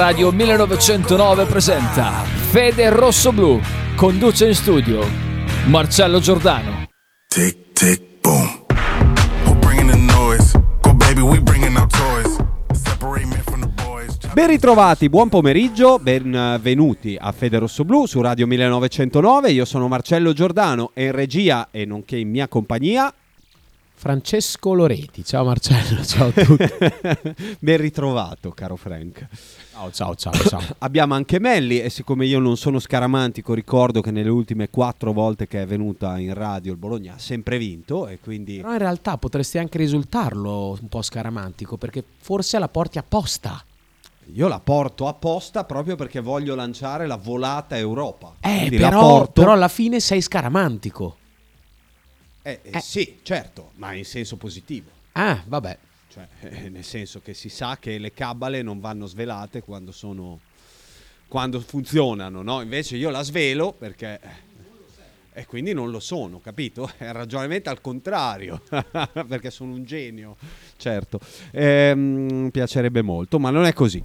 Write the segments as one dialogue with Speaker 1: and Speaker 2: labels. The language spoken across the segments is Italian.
Speaker 1: Radio 1909 presenta Fede Rossoblu. Conduce in studio Marcello Giordano.
Speaker 2: Tick, tick, boom. We're bringing the noise. Go baby, we bringing our toys. Separate me from the boys.
Speaker 3: Ben ritrovati, buon pomeriggio, benvenuti a Fede Rossoblu su Radio 1909. Io sono Marcello Giordano e in regia e nonché in mia compagnia
Speaker 4: Francesco Loreti. Ciao Marcello, ciao a tutti.
Speaker 3: Ben ritrovato, caro Frank.
Speaker 4: Ciao.
Speaker 3: Abbiamo anche Melli e siccome io non sono scaramantico ricordo che nelle ultime 4 volte che è venuta in radio il Bologna ha sempre vinto e quindi...
Speaker 4: Però in realtà potresti anche risultarlo un po' scaramantico perché forse la porti apposta.
Speaker 3: Io la porto apposta proprio perché voglio lanciare la volata Europa. Quindi la
Speaker 4: però
Speaker 3: porto...
Speaker 4: alla fine sei scaramantico.
Speaker 3: Sì, certo, ma in senso positivo.
Speaker 4: Ah, vabbè.
Speaker 3: Cioè, nel senso che si sa che le cabale non vanno svelate quando funzionano, no? Invece io la svelo perché e quindi non lo sono, capito? È il ragionamento al contrario, perché sono un genio, certo. Mi piacerebbe molto, ma non è così.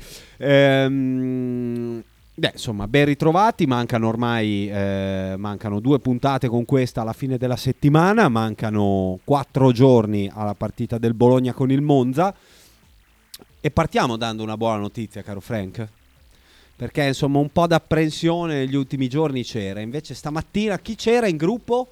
Speaker 3: Insomma, ben ritrovati, mancano 2 puntate con questa alla fine della settimana, mancano 4 giorni alla partita del Bologna con il Monza e partiamo dando una buona notizia, caro Frank, perché insomma un po' d'apprensione negli ultimi giorni c'era, invece stamattina chi c'era in gruppo?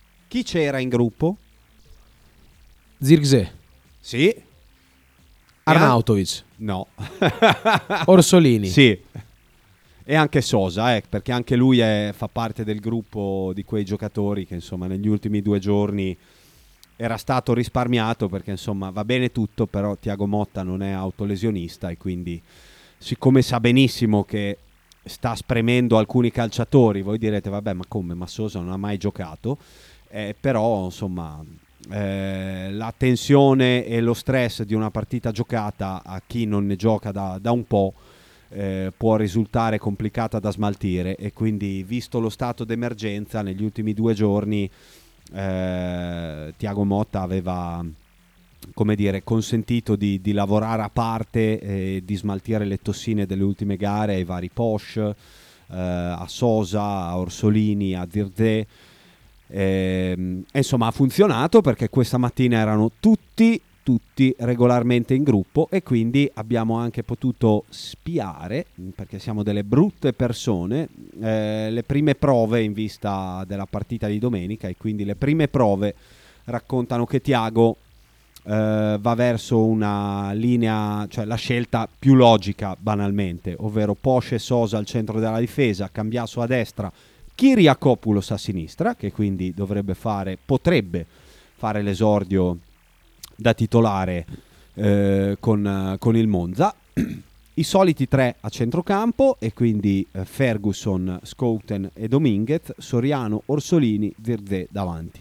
Speaker 4: Zirkzee.
Speaker 3: Sì.
Speaker 4: Arnautovic.
Speaker 3: No.
Speaker 4: Orsolini.
Speaker 3: Sì. E anche Sosa, perché anche lui fa parte del gruppo di quei giocatori che insomma negli ultimi 2 giorni era stato risparmiato perché insomma va bene tutto, però Thiago Motta non è autolesionista e quindi siccome sa benissimo che sta spremendo alcuni calciatori, voi direte vabbè ma come, ma Sosa non ha mai giocato, però insomma la tensione e lo stress di una partita giocata a chi non ne gioca da un po' può risultare complicata da smaltire e quindi visto lo stato d'emergenza negli ultimi 2 giorni Thiago Motta aveva consentito di lavorare a parte e di smaltire le tossine delle ultime gare ai vari Posch, a Sosa, a Orsolini, a Zirkzee. Insomma ha funzionato perché questa mattina erano tutti regolarmente in gruppo e quindi abbiamo anche potuto spiare, perché siamo delle brutte persone, le prime prove in vista della partita di domenica e quindi le prime prove raccontano che Thiago va verso una linea, cioè la scelta più logica banalmente, ovvero Posch e Sosa al centro della difesa, Cambiaso a destra, Kyriakopoulos a sinistra, che quindi potrebbe fare l'esordio da titolare con il Monza. I soliti 3 a centrocampo e quindi Ferguson, Schouten e Dominguez, Soriano, Orsolini, Zirkzee davanti.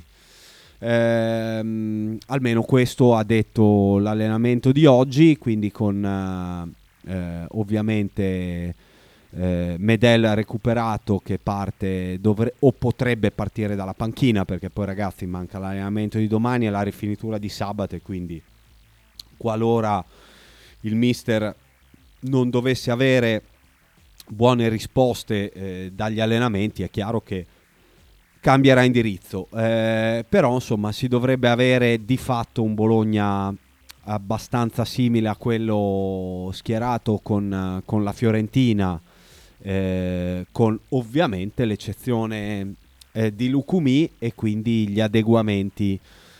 Speaker 3: Almeno questo ha detto l'allenamento di oggi, quindi con ovviamente Medel recuperato che parte o potrebbe partire dalla panchina perché poi ragazzi manca l'allenamento di domani e la rifinitura di sabato e quindi qualora il mister non dovesse avere buone risposte dagli allenamenti è chiaro che cambierà indirizzo, però insomma si dovrebbe avere di fatto un Bologna abbastanza simile a quello schierato con la Fiorentina, con ovviamente l'eccezione di Lukumi e quindi gli adeguamenti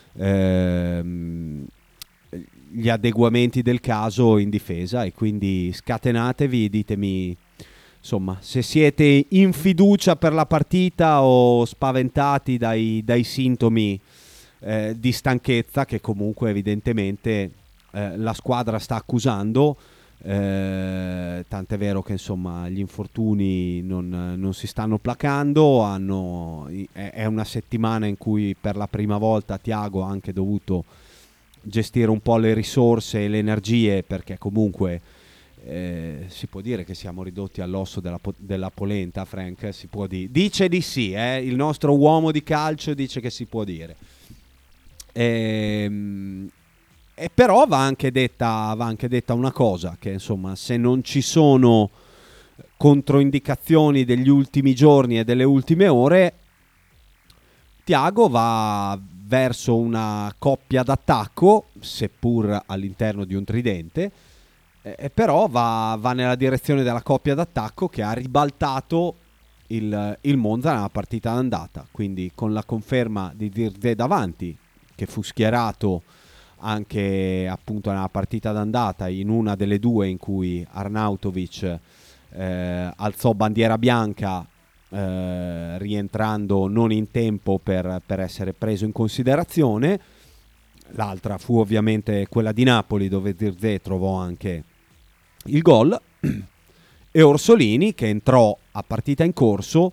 Speaker 3: del caso in difesa e quindi scatenatevi, ditemi insomma se siete in fiducia per la partita o spaventati dai sintomi di stanchezza che comunque evidentemente la squadra sta accusando, tant'è vero che insomma gli infortuni non si stanno placando, è una settimana in cui per la prima volta Thiago ha anche dovuto gestire un po' le risorse e le energie perché comunque si può dire che siamo ridotti all'osso della polenta, Frank? Si può dire. Dice di sì, il nostro uomo di calcio dice che si può dire. E Però va anche detta una cosa, che insomma, se non ci sono controindicazioni degli ultimi giorni e delle ultime ore, Thiago va verso una coppia d'attacco, seppur all'interno di un tridente, però va nella direzione della coppia d'attacco che ha ribaltato il Monza nella partita d'andata, quindi con la conferma di Zirkzee davanti, che fu schierato anche appunto nella partita d'andata in una delle due in cui Arnautovic alzò bandiera bianca, rientrando non in tempo per essere preso in considerazione. L'altra fu ovviamente quella di Napoli, dove Zirkzee trovò anche il gol, e Orsolini che entrò a partita in corso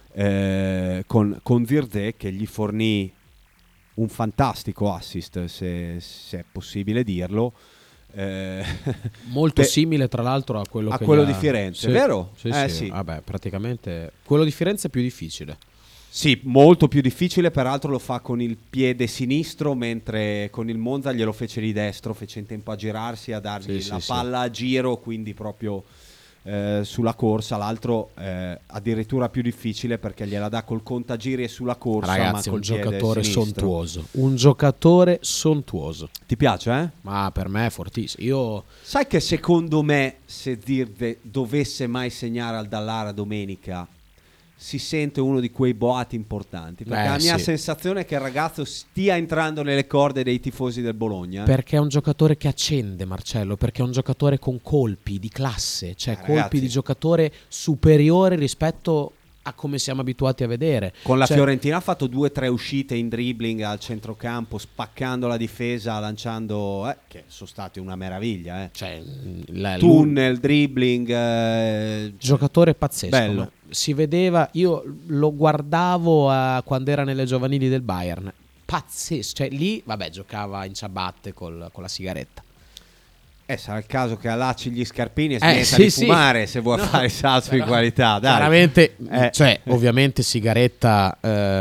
Speaker 3: con Zirkzee, che gli fornì un fantastico assist, se è possibile dirlo,
Speaker 4: molto simile tra l'altro a quello
Speaker 3: di Firenze, vero?
Speaker 4: Sì.
Speaker 3: Sì.
Speaker 4: Vabbè, praticamente quello di Firenze è più difficile.
Speaker 3: Sì, molto più difficile, peraltro lo fa con il piede sinistro, mentre con il Monza glielo fece di destro, fece in tempo a girarsi, a dargli la palla a giro, quindi proprio sulla corsa. L'altro addirittura più difficile, perché gliela dà col contagiri e sulla corsa.
Speaker 4: Ragazzi,
Speaker 3: ma
Speaker 4: un
Speaker 3: col
Speaker 4: giocatore
Speaker 3: piede sinistro.
Speaker 4: sontuoso. Un giocatore sontuoso.
Speaker 3: Ti piace, eh?
Speaker 4: Ma per me è fortissimo.
Speaker 3: Sai che secondo me, se Zirkzee dovesse mai segnare al Dallara domenica, si sente uno di quei boati importanti, perché la mia sensazione è che il ragazzo stia entrando nelle corde dei tifosi del Bologna.
Speaker 4: Perché è un giocatore che accende, Marcello, perché è un giocatore con colpi di classe, cioè colpi
Speaker 3: ragazzi,
Speaker 4: di giocatore superiore rispetto a come siamo abituati a vedere.
Speaker 3: Con la Fiorentina ha fatto 2 o 3 uscite in dribbling al centrocampo, spaccando la difesa, lanciando, che sono state una meraviglia.
Speaker 4: Cioè,
Speaker 3: tunnel, dribbling,
Speaker 4: giocatore pazzesco.
Speaker 3: Bello.
Speaker 4: Si vedeva, io lo guardavo quando era nelle giovanili del Bayern, pazzesco. Cioè lì, vabbè, giocava in ciabatte con la sigaretta.
Speaker 3: Sarà il caso che allacci gli scarpini e smetta di fumare, se vuoi fare il salto di qualità. Dai.
Speaker 4: Chiaramente, cioè, ovviamente sigaretta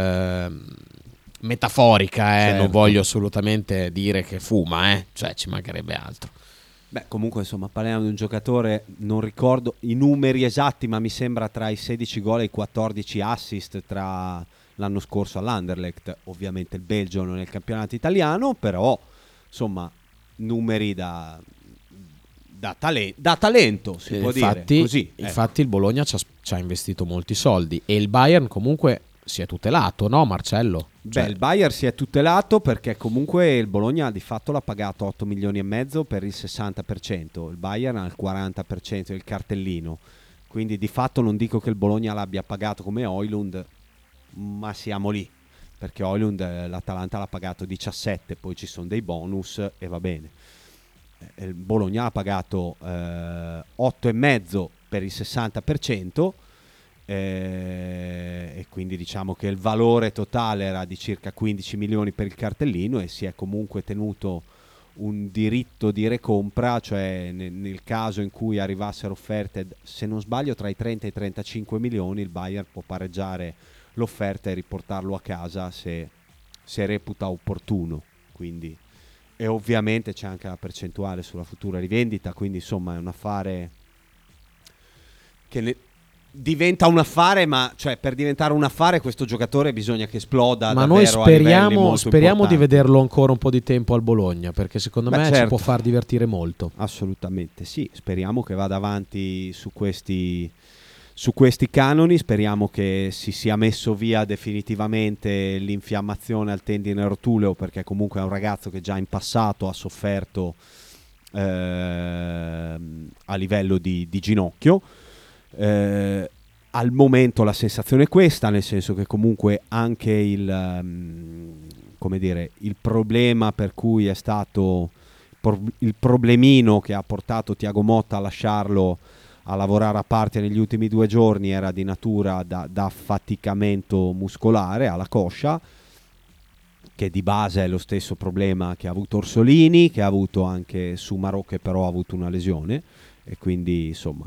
Speaker 4: metaforica,
Speaker 3: certo.
Speaker 4: Non voglio assolutamente dire che fuma, cioè ci mancherebbe altro.
Speaker 3: Beh, comunque insomma, parliamo di un giocatore, non ricordo i numeri esatti, ma mi sembra tra i 16 gol e i 14 assist tra l'anno scorso all'Anderlecht, ovviamente il Belgio non nel campionato italiano, però insomma numeri da talento, si può dire così.
Speaker 4: Infatti il Bologna ci ha investito molti soldi e il Bayern comunque si è tutelato, no Marcello?
Speaker 3: Beh, il Bayern si è tutelato perché comunque il Bologna di fatto l'ha pagato 8 milioni e mezzo per il 60%, il Bayern ha il 40% del cartellino, quindi di fatto non dico che il Bologna l'abbia pagato come Højlund, ma siamo lì, perché Højlund l'Atalanta l'ha pagato 17, poi ci sono dei bonus e va bene. Il Bologna ha pagato 8,5 per il 60%, e quindi diciamo che il valore totale era di circa 15 milioni per il cartellino, e si è comunque tenuto un diritto di recompra, cioè nel caso in cui arrivassero offerte, se non sbaglio tra i 30 e i 35 milioni, il Bayern può pareggiare l'offerta e riportarlo a casa se reputa opportuno, quindi. E ovviamente c'è anche la percentuale sulla futura rivendita, quindi insomma è un affare che diventa un affare, ma cioè per diventare un affare questo giocatore bisogna che esploda.
Speaker 4: Ma
Speaker 3: noi
Speaker 4: speriamo di vederlo ancora un po' di tempo al Bologna, perché secondo me
Speaker 3: certo,
Speaker 4: ci può far divertire molto.
Speaker 3: Assolutamente sì, speriamo che vada avanti su questi canoni, speriamo che si sia messo via definitivamente l'infiammazione al tendine rotuleo, perché comunque è un ragazzo che già in passato ha sofferto a livello di ginocchio. Al momento la sensazione è questa, nel senso che comunque anche il problema per cui è stato il problemino che ha portato Thiago Motta a lasciarlo a lavorare a parte negli ultimi 2 giorni era di natura da affaticamento muscolare alla coscia, che di base è lo stesso problema che ha avuto Orsolini, che ha avuto anche Soumarò, che però ha avuto una lesione, e quindi insomma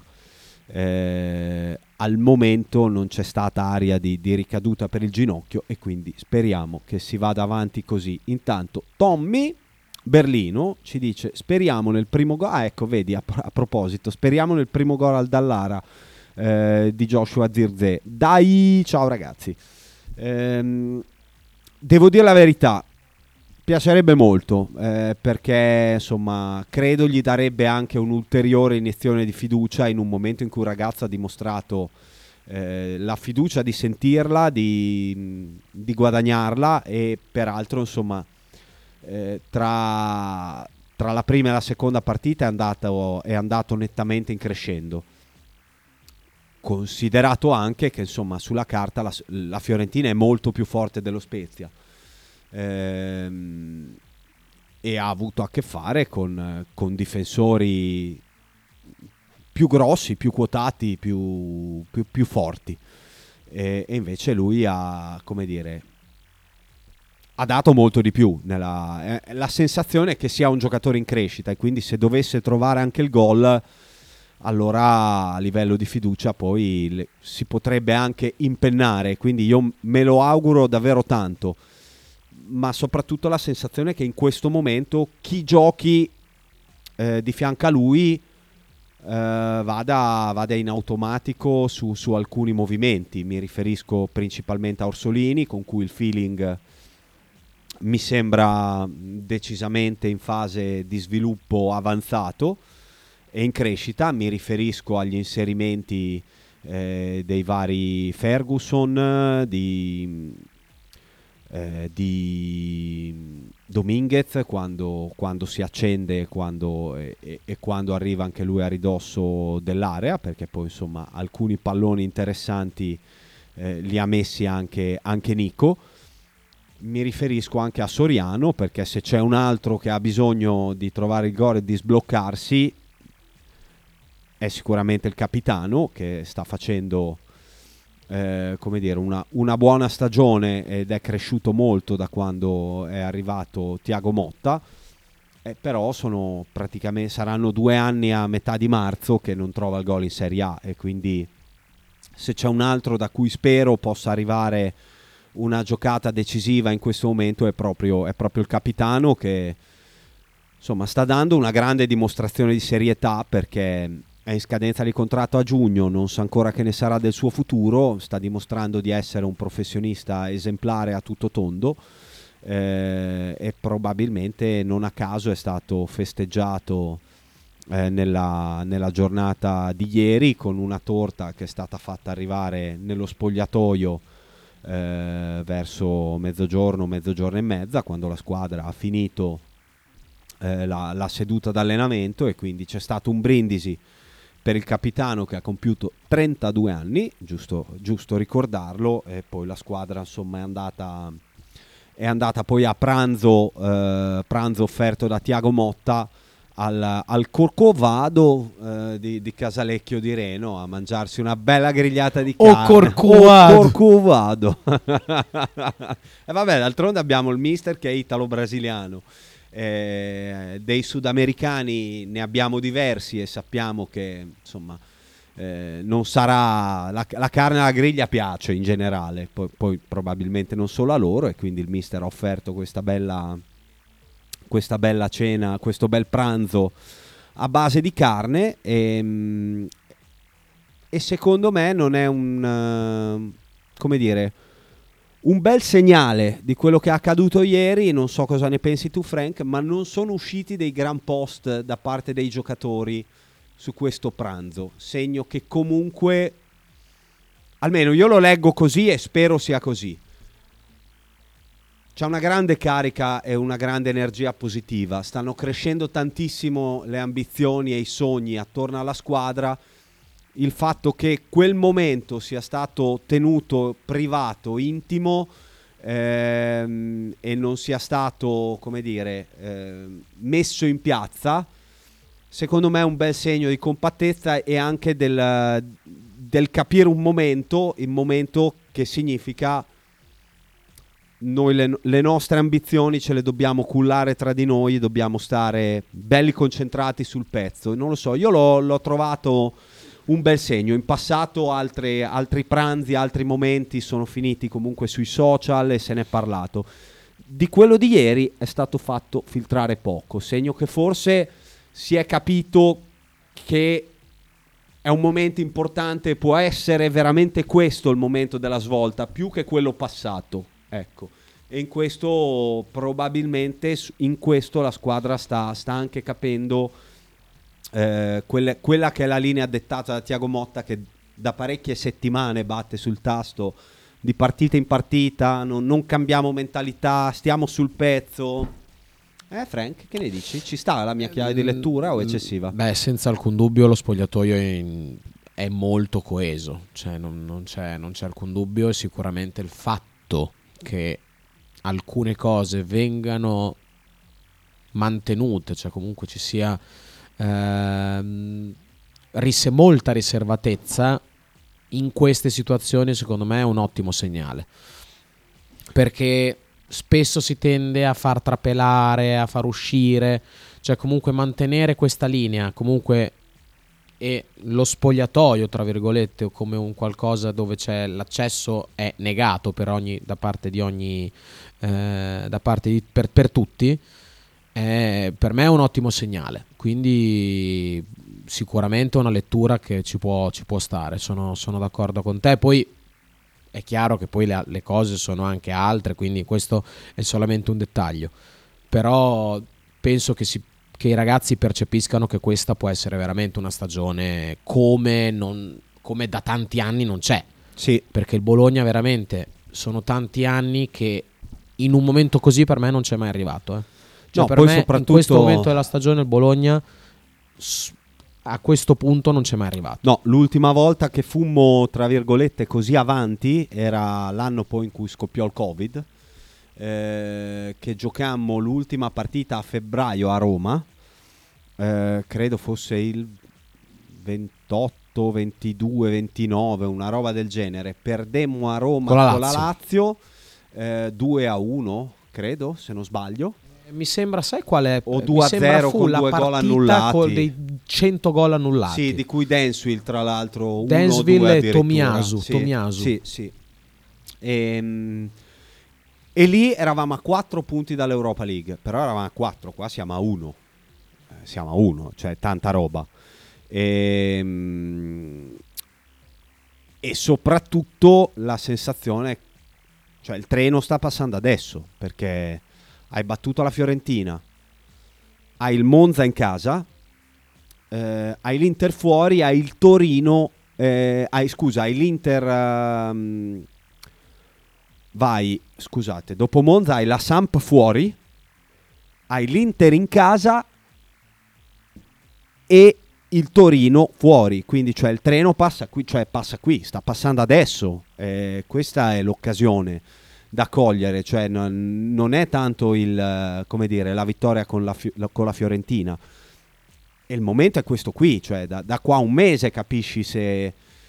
Speaker 3: al momento non c'è stata aria di ricaduta per il ginocchio, e quindi speriamo che si vada avanti così. Intanto Tommy Berlino ci dice: speriamo nel primo gol. Ah, ecco, vedi, a proposito, speriamo nel primo gol al Dallara di Joshua Zirkzee. Dai, ciao ragazzi. Devo dire la verità, piacerebbe molto, perché insomma credo gli darebbe anche un'ulteriore iniezione di fiducia in un momento in cui il ragazzo ha dimostrato la fiducia di sentirla, di guadagnarla, e peraltro insomma tra la prima e la seconda partita è andato nettamente in crescendo, considerato anche che insomma sulla carta la Fiorentina è molto più forte dello Spezia, e ha avuto a che fare con difensori più grossi, più quotati, più forti, e invece lui ha, come dire, ha dato molto di più. La sensazione è che sia un giocatore in crescita, e quindi se dovesse trovare anche il gol, allora a livello di fiducia poi si potrebbe anche impennare, quindi io me lo auguro davvero tanto, ma soprattutto la sensazione è che in questo momento chi giochi di fianco a lui vada in automatico su alcuni movimenti. Mi riferisco principalmente a Orsolini, con cui il feeling mi sembra decisamente in fase di sviluppo avanzato e in crescita. Mi riferisco agli inserimenti dei vari Ferguson, di Dominguez quando si accende e quando arriva anche lui a ridosso dell'area, perché poi insomma alcuni palloni interessanti li ha messi anche Nico. Mi riferisco anche a Soriano, perché se c'è un altro che ha bisogno di trovare il gol e di sbloccarsi è sicuramente il capitano, che sta facendo come dire una buona stagione ed è cresciuto molto da quando è arrivato Thiago Motta, però saranno 2 anni a metà di marzo che non trova il gol in Serie A, e quindi se c'è un altro da cui spero possa arrivare una giocata decisiva in questo momento è proprio il capitano, che insomma sta dando una grande dimostrazione di serietà, perché è in scadenza di contratto a giugno, non sa ancora che ne sarà del suo futuro, sta dimostrando di essere un professionista esemplare a tutto tondo, e probabilmente non a caso è stato festeggiato nella giornata di ieri con una torta che è stata fatta arrivare nello spogliatoio verso mezzogiorno e mezza, quando la squadra ha finito la seduta d'allenamento, e quindi c'è stato un brindisi per il capitano che ha compiuto 32 anni, giusto ricordarlo, e poi la squadra insomma è andata poi a pranzo offerto da Thiago Motta al Corcovado di Casalecchio di Reno, a mangiarsi una bella grigliata di carne. Corcovado. E vabbè, d'altronde abbiamo il mister che è italo-brasiliano. Dei sudamericani ne abbiamo diversi e sappiamo che insomma non sarà la carne alla griglia, piace in generale, poi probabilmente non solo a loro, e quindi il mister ha offerto questa bella cena, questo bel pranzo a base di carne, e secondo me non è come dire, un bel segnale di quello che è accaduto ieri. Non so cosa ne pensi tu, Frank, ma non sono usciti dei gran post da parte dei giocatori su questo pranzo, segno che comunque, almeno io lo leggo così e spero sia così, c'è una grande carica e una grande energia positiva, stanno crescendo tantissimo le ambizioni e i sogni attorno alla squadra. Il fatto che quel momento sia stato tenuto privato, intimo, e non sia stato, come dire, messo in piazza, secondo me è un bel segno di compattezza e anche del capire il momento che significa noi le nostre ambizioni ce le dobbiamo cullare tra di noi, dobbiamo stare belli concentrati sul pezzo. Non lo so, io l'ho trovato un bel segno. In passato altri pranzi, altri momenti sono finiti comunque sui social e se ne è parlato. Di quello di ieri è stato fatto filtrare poco, segno che forse si è capito che è un momento importante, può essere veramente questo il momento della svolta, più che quello passato, ecco. E in questo probabilmente in questo la squadra sta anche capendo quella che è la linea dettata da Thiago Motta, che da parecchie settimane batte sul tasto di partita in partita, non cambiamo mentalità, stiamo sul pezzo. Frank, che ne dici? Ci sta la mia chiave di lettura o eccessiva?
Speaker 4: Beh, senza alcun dubbio lo spogliatoio è molto coeso, cioè non c'è alcun dubbio, e sicuramente il fatto che alcune cose vengano mantenute, cioè comunque ci sia molta riservatezza in queste situazioni, secondo me è un ottimo segnale, perché spesso si tende a far trapelare, a far uscire, cioè comunque mantenere questa linea, comunque, e lo spogliatoio tra virgolette come un qualcosa dove c'è l'accesso è negato per tutti, per me è un ottimo segnale, quindi sicuramente una lettura che ci può stare, sono d'accordo con te. Poi è chiaro che poi le cose sono anche altre, quindi questo è solamente un dettaglio, però penso che i ragazzi percepiscano che questa può essere veramente una stagione come da tanti anni non c'è,
Speaker 3: sì,
Speaker 4: perché il Bologna veramente sono tanti anni che in un momento così per me non c'è mai arrivato, Cioè,
Speaker 3: no,
Speaker 4: per
Speaker 3: poi
Speaker 4: me
Speaker 3: soprattutto
Speaker 4: in questo momento della stagione il Bologna a questo punto non c'è mai arrivato.
Speaker 3: No, l'ultima volta che fummo tra virgolette così avanti era l'anno poi in cui scoppiò il Covid, che giocammo l'ultima partita a febbraio a Roma, credo fosse il 28, 22, 29, una roba del genere. Perdemmo a Roma con la Lazio 2-1, credo, se non sbaglio.
Speaker 4: Mi sembra, sai qual è?
Speaker 3: O 2-0 con 2 gol annullati.
Speaker 4: Con dei 100 gol annullati.
Speaker 3: Sì, di cui Denswil tra l'altro.
Speaker 4: Denswil e
Speaker 3: Tomiyasu.
Speaker 4: Tomiyasu.
Speaker 3: Sì. E lì eravamo a 4 punti dall'Europa League. Però eravamo a 4, qua siamo a 1. Siamo a 1, cioè tanta roba. E soprattutto la sensazione, cioè il treno sta passando adesso, perché hai battuto la Fiorentina, hai il Monza in casa, hai l'Inter fuori, hai il Torino, hai l'Inter, dopo Monza hai la Samp fuori, hai l'Inter in casa e il Torino fuori, quindi cioè il treno passa qui, sta passando adesso, questa è l'occasione da cogliere, cioè non è tanto la vittoria con la Fiorentina, e il momento è questo qui, cioè da qua a un mese capisci se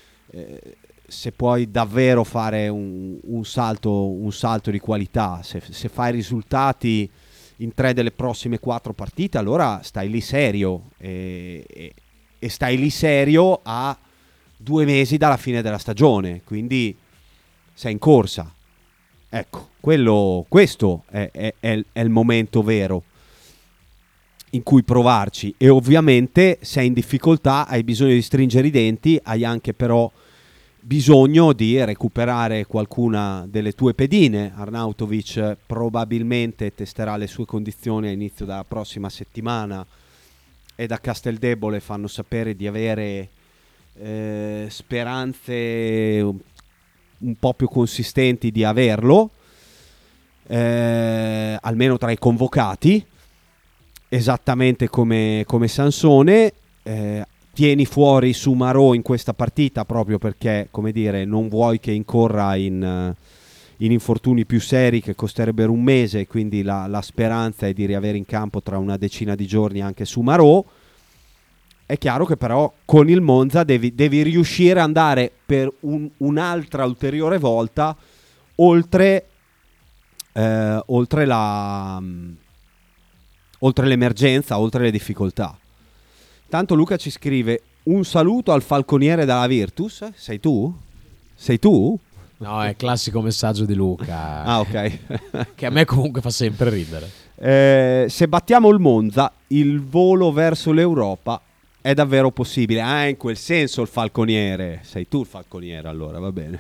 Speaker 3: puoi davvero fare un salto di qualità, se fai risultati in 3 delle prossime 4 partite, allora stai lì serio, e stai lì serio a 2 mesi dalla fine della stagione, quindi sei in corsa. Ecco, questo è il momento vero in cui provarci, e ovviamente sei in difficoltà, hai bisogno di stringere i denti, hai anche però bisogno di recuperare qualcuna delle tue pedine. Arnautovic probabilmente testerà le sue condizioni a inizio della prossima settimana, e da Casteldebole fanno sapere di avere speranze un po' più consistenti di averlo, almeno tra i convocati, esattamente come Sansone. Tieni fuori Soumarò in questa partita proprio perché, come dire, non vuoi che incorra in infortuni più seri che costerebbero un mese, quindi la speranza è di riavere in campo tra una decina di giorni anche Soumarò. È chiaro che però con il Monza devi riuscire ad andare per un'altra ulteriore volta oltre l'emergenza, oltre le difficoltà. Tanto Luca ci scrive: un saluto al falconiere della Virtus. Sei tu?
Speaker 4: No, è il classico messaggio di Luca.
Speaker 3: Ah, ok.
Speaker 4: Che a me comunque fa sempre ridere.
Speaker 3: Se battiamo il Monza, il volo verso l'Europa è davvero possibile. Ah, in quel senso il falconiere. Sei tu il falconiere, allora, va bene.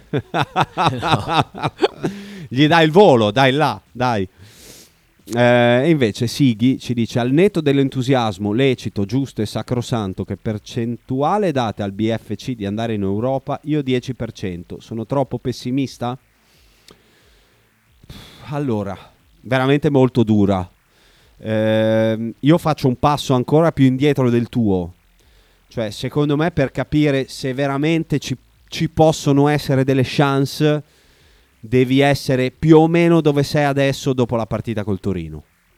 Speaker 3: Gli dai il volo, dai là, dai. Invece Sighi ci dice: al netto dell'entusiasmo lecito, giusto e sacrosanto, che percentuale date al BFC di andare in Europa? Io 10%. Sono troppo pessimista? Allora, veramente molto dura. Io faccio un passo ancora più indietro del tuo. Cioè, secondo me, per capire se veramente ci possono essere delle chance, devi essere più o meno dove sei adesso dopo la partita col Torino.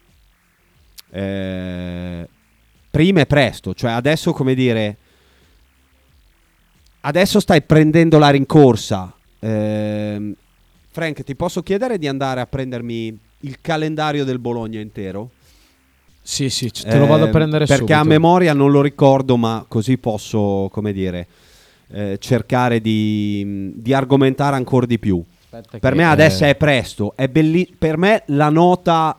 Speaker 3: Prima è presto, cioè adesso, come dire, adesso stai prendendo la rincorsa. Frank, ti posso chiedere di andare a prendermi il calendario del Bologna intero?
Speaker 4: Sì, te lo vado a prendere
Speaker 3: perché
Speaker 4: subito.
Speaker 3: A memoria non lo ricordo, ma così posso, come dire, cercare di argomentare ancora di più. Per me adesso è presto, è per me la nota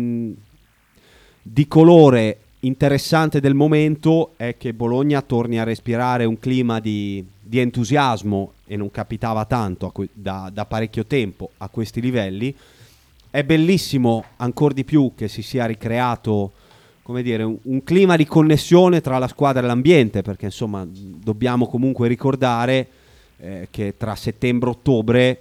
Speaker 3: di colore interessante del momento è che Bologna torni a respirare un clima di entusiasmo, e non capitava tanto da parecchio tempo a questi livelli. È bellissimo ancora di più che si sia ricreato, come dire, un clima di connessione tra la squadra e l'ambiente, perché insomma dobbiamo comunque ricordare che tra settembre e ottobre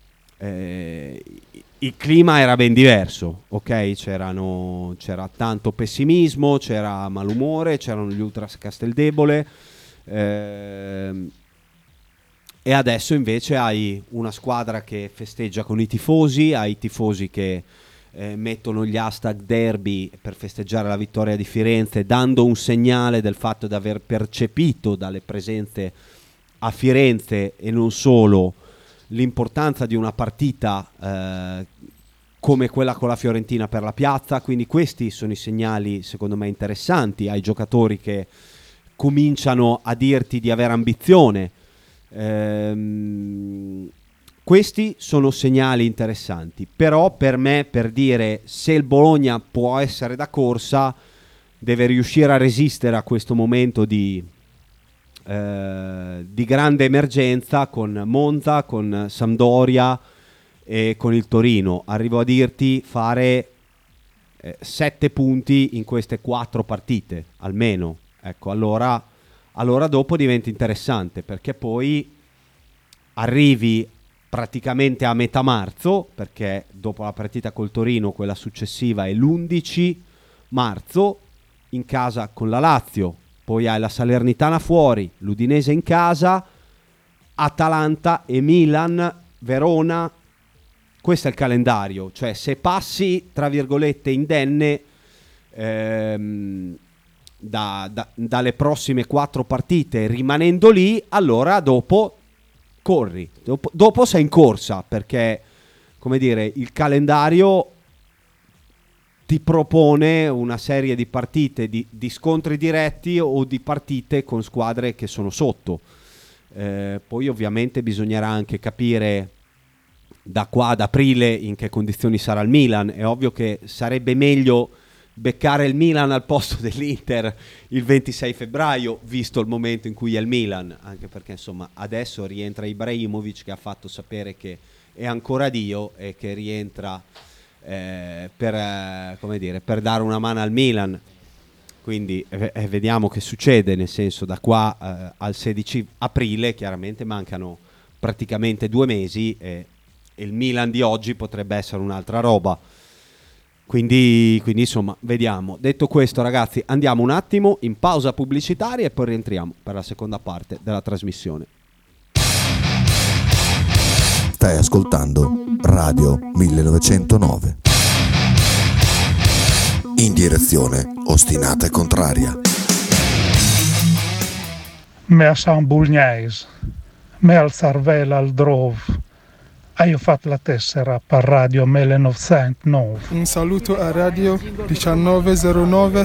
Speaker 3: il clima era ben diverso, ok? C'era tanto pessimismo, c'era malumore, c'erano gli Ultras Casteldebole, e adesso invece hai una squadra che festeggia con i tifosi, hai i tifosi che mettono gli hashtag derby per festeggiare la vittoria di Firenze, dando un segnale del fatto di aver percepito dalle presenze a Firenze e non solo l'importanza di una partita come quella con la Fiorentina per la piazza. Quindi questi sono i segnali secondo me interessanti ai giocatori che cominciano a dirti di avere ambizione. Questi sono segnali interessanti, però per me, per dire se il Bologna può essere da corsa, deve riuscire a resistere a questo momento di grande emergenza con Monza, con Sampdoria e con il Torino. Arrivo a dirti fare 7 punti in queste 4 partite almeno, ecco, allora dopo diventa interessante, perché poi arrivi praticamente a metà marzo, perché dopo la partita col Torino quella successiva è l'11 marzo in casa con la Lazio, poi hai la Salernitana fuori, l'Udinese in casa, Atalanta e Milan, Verona. Questo è il calendario, cioè se passi tra virgolette indenne dalle prossime 4 partite rimanendo lì, allora dopo corri, dopo sei in corsa, perché come dire il calendario ti propone una serie di partite di scontri diretti o di partite con squadre che sono sotto. Poi ovviamente bisognerà anche capire da qua ad aprile in che condizioni sarà il Milan. È ovvio che sarebbe meglio beccare il Milan al posto dell'Inter il 26 febbraio, visto il momento in cui è il Milan, anche perché insomma adesso rientra Ibrahimovic, che ha fatto sapere che è ancora Dio e che rientra per dare una mano al Milan. Quindi vediamo che succede, nel senso da qua al 16 aprile chiaramente mancano praticamente 2 mesi e il Milan di oggi potrebbe essere un'altra roba. Quindi insomma vediamo. Detto questo ragazzi, andiamo un attimo in pausa pubblicitaria e poi rientriamo per la seconda parte della trasmissione.
Speaker 5: Stai ascoltando Radio 1909. In direzione ostinata e contraria.
Speaker 6: Me a San Bulgnais, me al Sarvela al Drove. Io ho fatto la tessera per Radio 1909.
Speaker 7: Un saluto a Radio 1909,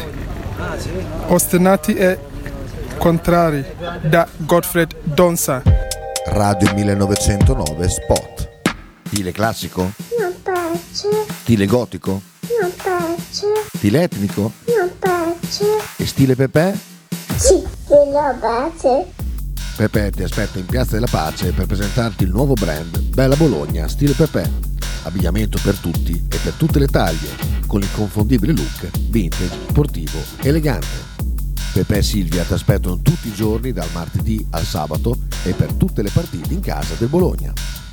Speaker 7: ostinati e contrari, da Gottfried Donza.
Speaker 5: Radio 1909 Spot. Stile classico?
Speaker 8: Non piace.
Speaker 5: Stile gotico?
Speaker 8: Non piace.
Speaker 5: Stile etnico?
Speaker 8: Non piace.
Speaker 5: E stile Pepe?
Speaker 8: Sì, quello piace.
Speaker 5: Pepe ti aspetta in Piazza della Pace per presentarti il nuovo brand Bella Bologna Stile Pepe. Abbigliamento per tutti e per tutte le taglie, con l'inconfondibile look vintage, sportivo, elegante. Pepe e Silvia ti aspettano tutti i giorni dal martedì al sabato e per tutte le partite in casa del Bologna.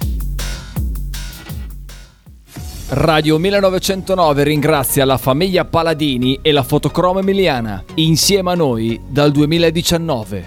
Speaker 1: Radio 1909 ringrazia la famiglia Paladini e la Fotocromo Emiliana, insieme a noi dal 2019.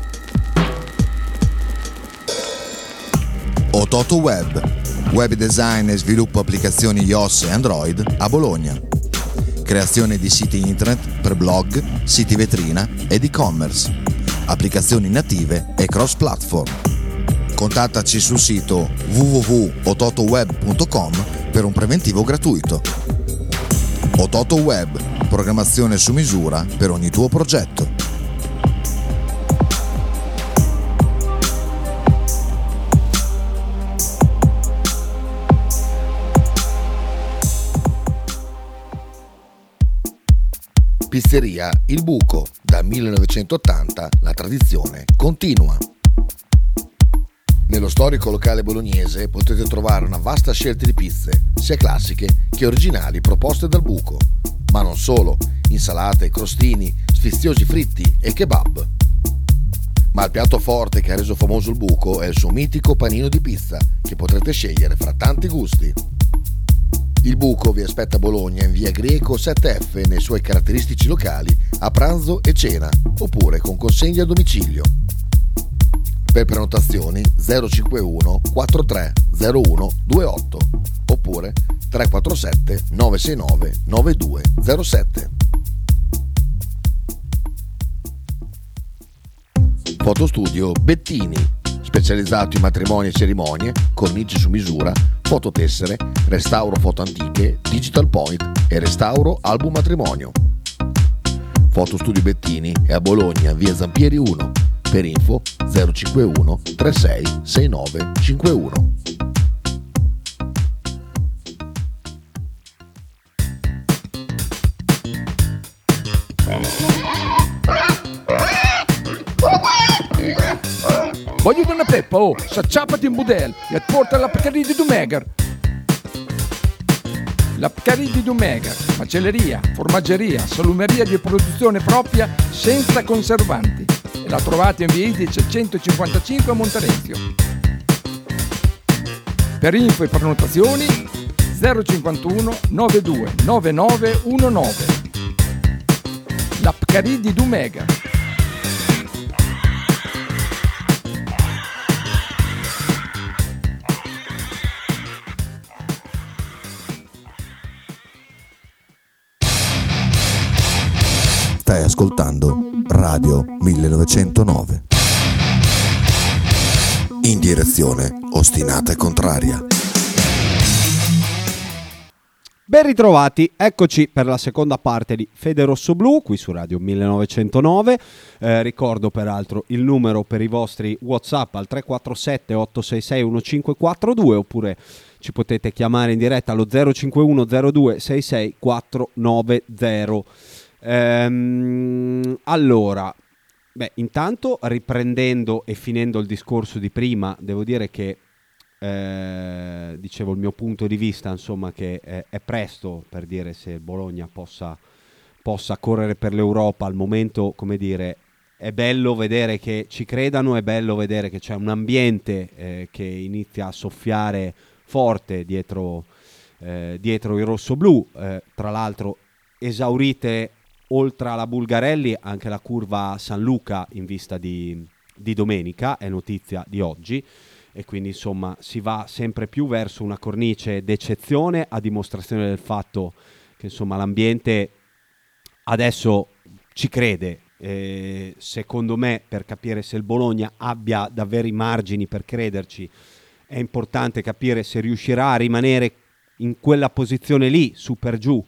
Speaker 5: Ototo Web design e sviluppo applicazioni iOS e Android a Bologna. Creazione di siti internet per blog, siti vetrina ed e-commerce, applicazioni native e cross-platform. Contattaci sul sito www.ototoweb.com per un preventivo gratuito. Ototo Web, programmazione su misura per ogni tuo progetto. Pizzeria Il Buco, da 1980 la tradizione continua. Nello storico locale bolognese potete trovare una vasta scelta di pizze, sia classiche che originali proposte dal Buco, ma non solo, insalate, crostini, sfiziosi fritti e kebab. Ma il piatto forte che ha reso famoso il Buco è il suo mitico panino di pizza, che potrete scegliere fra tanti gusti. Il Buco vi aspetta a Bologna in via Greco 7F nei suoi caratteristici locali a pranzo e cena, oppure con consegna a domicilio. Per prenotazioni 051 43 01 28 oppure 347 969 9207. Fotostudio Bettini, specializzato in matrimoni e cerimonie, cornici su misura, fototessere, restauro foto antiche, digital point e restauro album matrimonio. Fotostudio Bettini è a Bologna, via Zampieri 1. Per info 051 36 69 51.
Speaker 9: Voglio una peppa, s'acciappati in budel e porta la Pcaridi di Dumegar. La Pcaridi di Dumegar, macelleria, formaggeria, salumeria di produzione propria senza conservanti. E la trovate in via Idice 155 a Monterezio. Per info e prenotazioni 051 92 9919. La Pcaridi di Dumegar.
Speaker 5: Stai ascoltando Radio 1909. In direzione ostinata e contraria.
Speaker 3: Ben ritrovati, eccoci per la seconda parte di Fede Rosso Blu qui su Radio 1909. Ricordo peraltro il numero per i vostri WhatsApp al 347 866 1542 oppure ci potete chiamare in diretta allo 051 02 66 490. Allora, intanto riprendendo e finendo il discorso di prima, devo dire che dicevo il mio punto di vista, insomma, che è presto per dire se il Bologna possa correre per l'Europa. Al momento, come dire, è bello vedere che ci credano, è bello vedere che c'è un ambiente che inizia a soffiare forte dietro i rossoblù. Tra l'altro esaurite oltre alla Bulgarelli anche la curva San Luca in vista di domenica, è notizia di oggi, e quindi insomma si va sempre più verso una cornice d'eccezione, a dimostrazione del fatto che insomma l'ambiente adesso ci crede. Secondo me, per capire se il Bologna abbia davvero i margini per crederci, è importante capire se riuscirà a rimanere in quella posizione lì, su per giù,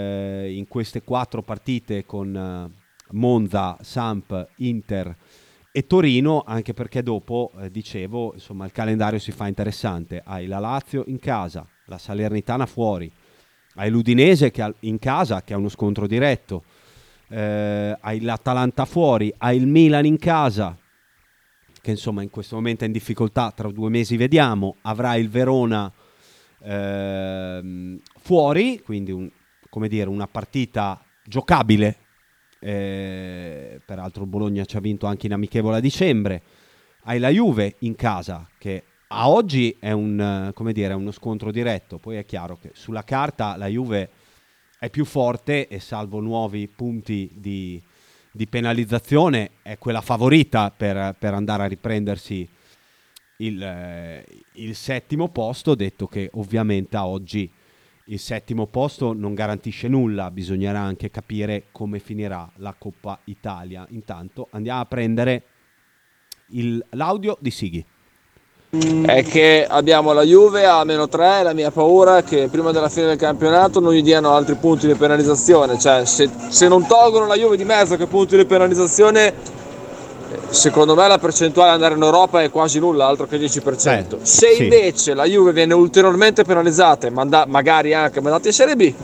Speaker 3: in queste 4 partite con Monza, Samp, Inter E Torino, anche perché dopo, dicevo, insomma, il calendario si fa interessante. Hai la Lazio in casa, la Salernitana fuori, hai l'Udinese in casa, che ha uno scontro diretto, hai l'Atalanta fuori, hai il Milan in casa, che insomma in questo momento è in difficoltà, tra 2 mesi vediamo, avrai il Verona fuori, quindi una partita giocabile. Peraltro il Bologna ci ha vinto anche in amichevole a dicembre. Hai la Juve in casa, che a oggi è uno scontro diretto. Poi è chiaro che sulla carta la Juve è più forte e salvo nuovi punti di penalizzazione è quella favorita per andare a riprendersi il settimo posto, detto che ovviamente a oggi il settimo posto non garantisce nulla, bisognerà anche capire come finirà la Coppa Italia. Intanto andiamo a prendere l'audio di Sighi.
Speaker 10: È che abbiamo la Juve a -3, la mia paura è che prima della fine del campionato non gli diano altri punti di penalizzazione, cioè se non tolgono la Juve di mezzo che punti di penalizzazione, secondo me la percentuale ad andare in Europa è quasi nulla, altro che 10%. Se invece la Juve viene ulteriormente penalizzata e magari anche mandata in Serie B,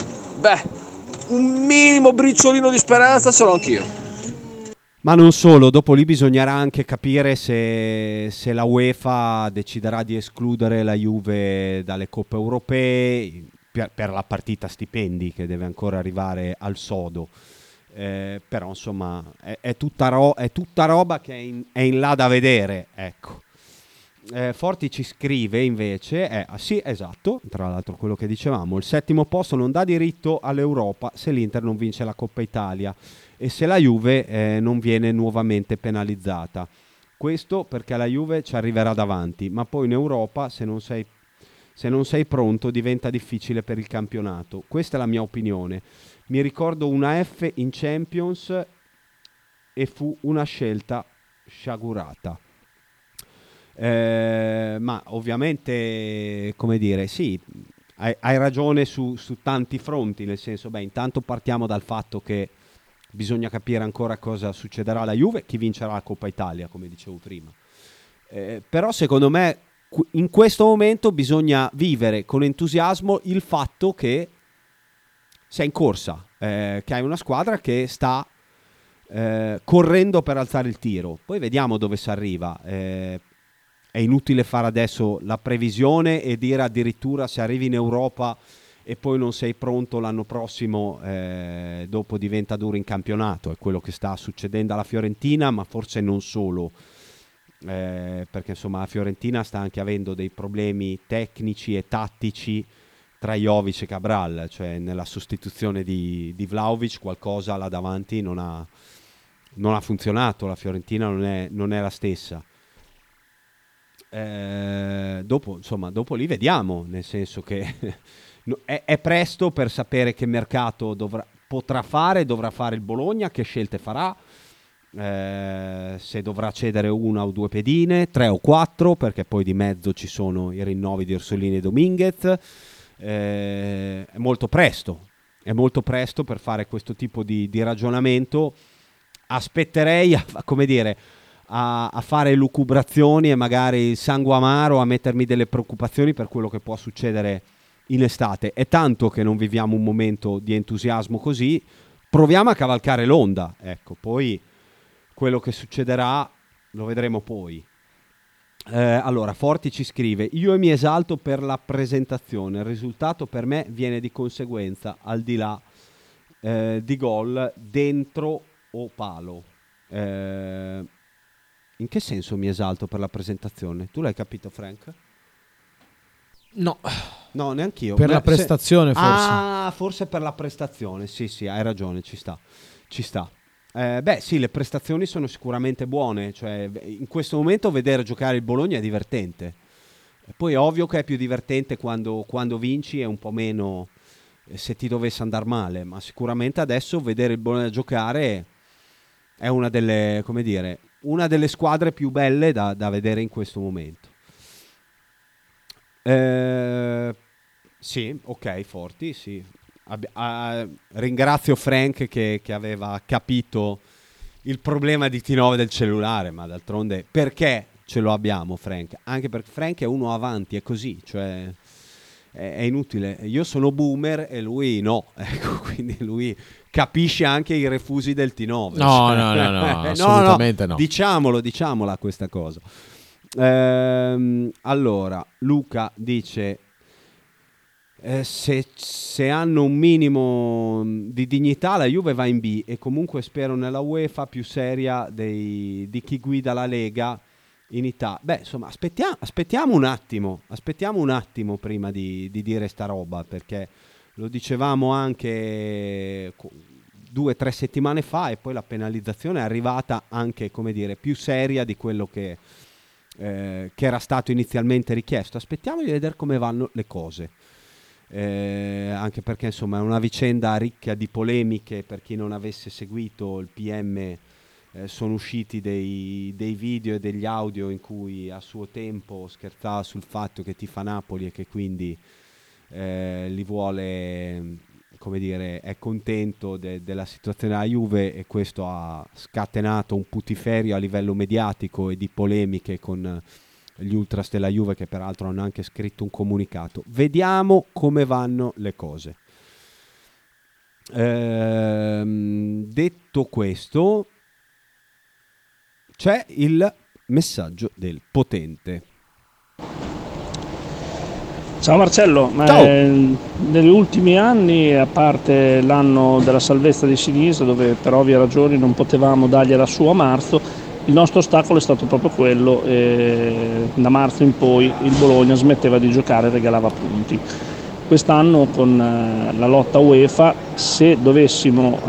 Speaker 10: un minimo briciolino di speranza ce l'ho anch'io.
Speaker 3: Ma non solo, dopo lì bisognerà anche capire se la UEFA deciderà di escludere la Juve dalle coppe europee per la partita stipendi che deve ancora arrivare al sodo. Però insomma è tutta roba che è in là da vedere, ecco. Forti ci scrive invece sì, esatto, tra l'altro quello che dicevamo, il settimo posto non dà diritto all'Europa se l'Inter non vince la Coppa Italia e se la Juve non viene nuovamente penalizzata. Questo perché la Juve ci arriverà davanti, ma poi in Europa se non sei pronto diventa difficile per il campionato. Questa è la mia opinione. Mi ricordo una F in Champions e fu una scelta sciagurata. Ma ovviamente, come dire, sì, hai ragione su tanti fronti, nel senso, intanto partiamo dal fatto che bisogna capire ancora cosa succederà alla Juve, chi vincerà la Coppa Italia, come dicevo prima. Però secondo me in questo momento bisogna vivere con entusiasmo il fatto che sei in corsa, che hai una squadra che sta correndo per alzare il tiro. Poi vediamo dove si arriva. È inutile fare adesso la previsione e dire addirittura se arrivi in Europa e poi non sei pronto l'anno prossimo, dopo diventa duro in campionato. È quello che sta succedendo alla Fiorentina, ma forse non solo, perché insomma la Fiorentina sta anche avendo dei problemi tecnici e tattici tra Jovic e Cabral, cioè nella sostituzione di Vlahovic qualcosa là davanti non ha funzionato, la Fiorentina non è la stessa. Dopo lì vediamo, nel senso che è presto per sapere che mercato dovrà fare il Bologna, che scelte farà, se dovrà cedere 1 o 2 pedine, 3 o 4, perché poi di mezzo ci sono i rinnovi di Orsolini e Dominguez. È molto presto per fare questo tipo di ragionamento. Aspetterei a fare lucubrazioni e magari il sangue amaro, a mettermi delle preoccupazioni per quello che può succedere in estate. È tanto che non viviamo un momento di entusiasmo così, proviamo a cavalcare l'onda, ecco, poi quello che succederà lo vedremo poi. Allora, Forti ci scrive: io mi esalto per la presentazione, il risultato per me viene di conseguenza, al di là di gol dentro o palo. In che senso mi esalto per la presentazione? Tu l'hai capito, Frank?
Speaker 4: No,
Speaker 3: neanch'io.
Speaker 4: Per la prestazione forse.
Speaker 3: Forse per la prestazione, sì, hai ragione, ci sta. Sì, le prestazioni sono sicuramente buone, cioè in questo momento vedere giocare il Bologna è divertente. Poi è ovvio che è più divertente quando vinci, è un po' meno se ti dovesse andare male, ma sicuramente adesso vedere il Bologna giocare è una delle squadre più belle da vedere in questo momento. Sì, ok, Forti, sì. Ringrazio Frank che aveva capito il problema di T9 del cellulare, ma d'altronde perché ce lo abbiamo, Frank? Anche perché Frank è uno avanti, è così, cioè è inutile. Io sono boomer e lui no, ecco, quindi lui capisce anche i refusi del T9.
Speaker 4: No,
Speaker 3: cioè,
Speaker 4: no, assolutamente no.
Speaker 3: Diciamola questa cosa. Allora, Luca dice se hanno un minimo di dignità la Juve va in B e comunque spero nella UEFA più seria di chi guida la Lega in Italia. Beh, insomma, aspettiamo un attimo prima di dire sta roba, perché lo dicevamo anche 2 o 3 settimane fa e poi la penalizzazione è arrivata anche, come dire, più seria di quello che era stato inizialmente richiesto. Aspettiamo di vedere come vanno le cose, anche perché insomma è una vicenda ricca di polemiche. Per chi non avesse seguito il PM, sono usciti dei video e degli audio in cui a suo tempo scherzava sul fatto che tifa Napoli e che quindi li vuole, come dire, è contento della situazione della Juve, e questo ha scatenato un putiferio a livello mediatico e di polemiche con gli ultras della Juve, che peraltro hanno anche scritto un comunicato. Vediamo come vanno le cose. Detto questo, c'è il messaggio del potente.
Speaker 11: Ciao Marcello,
Speaker 3: Ciao.
Speaker 11: negli ultimi anni, a parte l'anno della salvezza di sinistra, dove per ovvie ragioni non potevamo dargliela su a marzo, il nostro ostacolo è stato proprio quello, da marzo in poi il Bologna smetteva di giocare e regalava punti. Quest'anno con la lotta UEFA, se dovessimo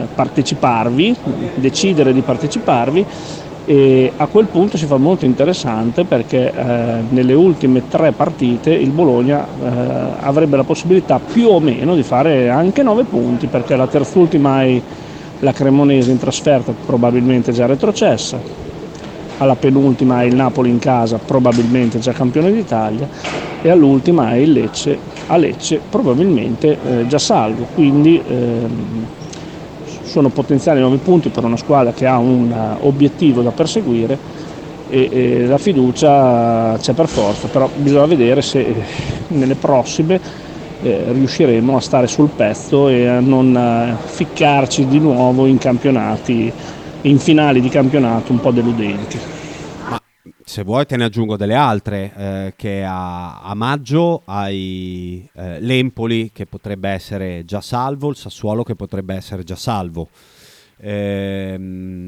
Speaker 11: decidere di parteciparvi, e a quel punto si fa molto interessante, perché nelle ultime 3 partite il Bologna avrebbe la possibilità più o meno di fare anche 9 punti, perché la terzultima è la Cremonese in trasferta, probabilmente già retrocessa, alla penultima è il Napoli in casa, probabilmente già campione d'Italia, e all'ultima è il Lecce, a Lecce probabilmente già salvo, quindi sono potenziali 9 punti per una squadra che ha un obiettivo da perseguire, e la fiducia c'è per forza, però bisogna vedere se nelle prossime riusciremo a stare sul pezzo e a non ficcarci di nuovo in campionati, in finali di campionato un po' deludenti.
Speaker 3: Ma se vuoi te ne aggiungo delle altre, che a maggio hai l'Empoli che potrebbe essere già salvo, il Sassuolo che potrebbe essere già salvo, e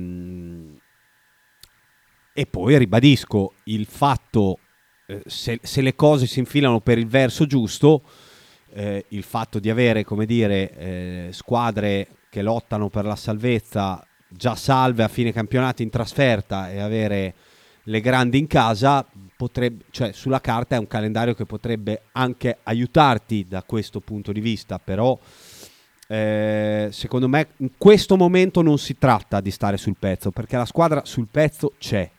Speaker 3: poi ribadisco il fatto, se le cose si infilano per il verso giusto, il fatto di avere, come dire, squadre che lottano per la salvezza già salve a fine campionato in trasferta e avere le grandi in casa, potrebbe, cioè sulla carta è un calendario che potrebbe anche aiutarti da questo punto di vista, però secondo me in questo momento non si tratta di stare sul pezzo, perché la squadra sul pezzo c'è.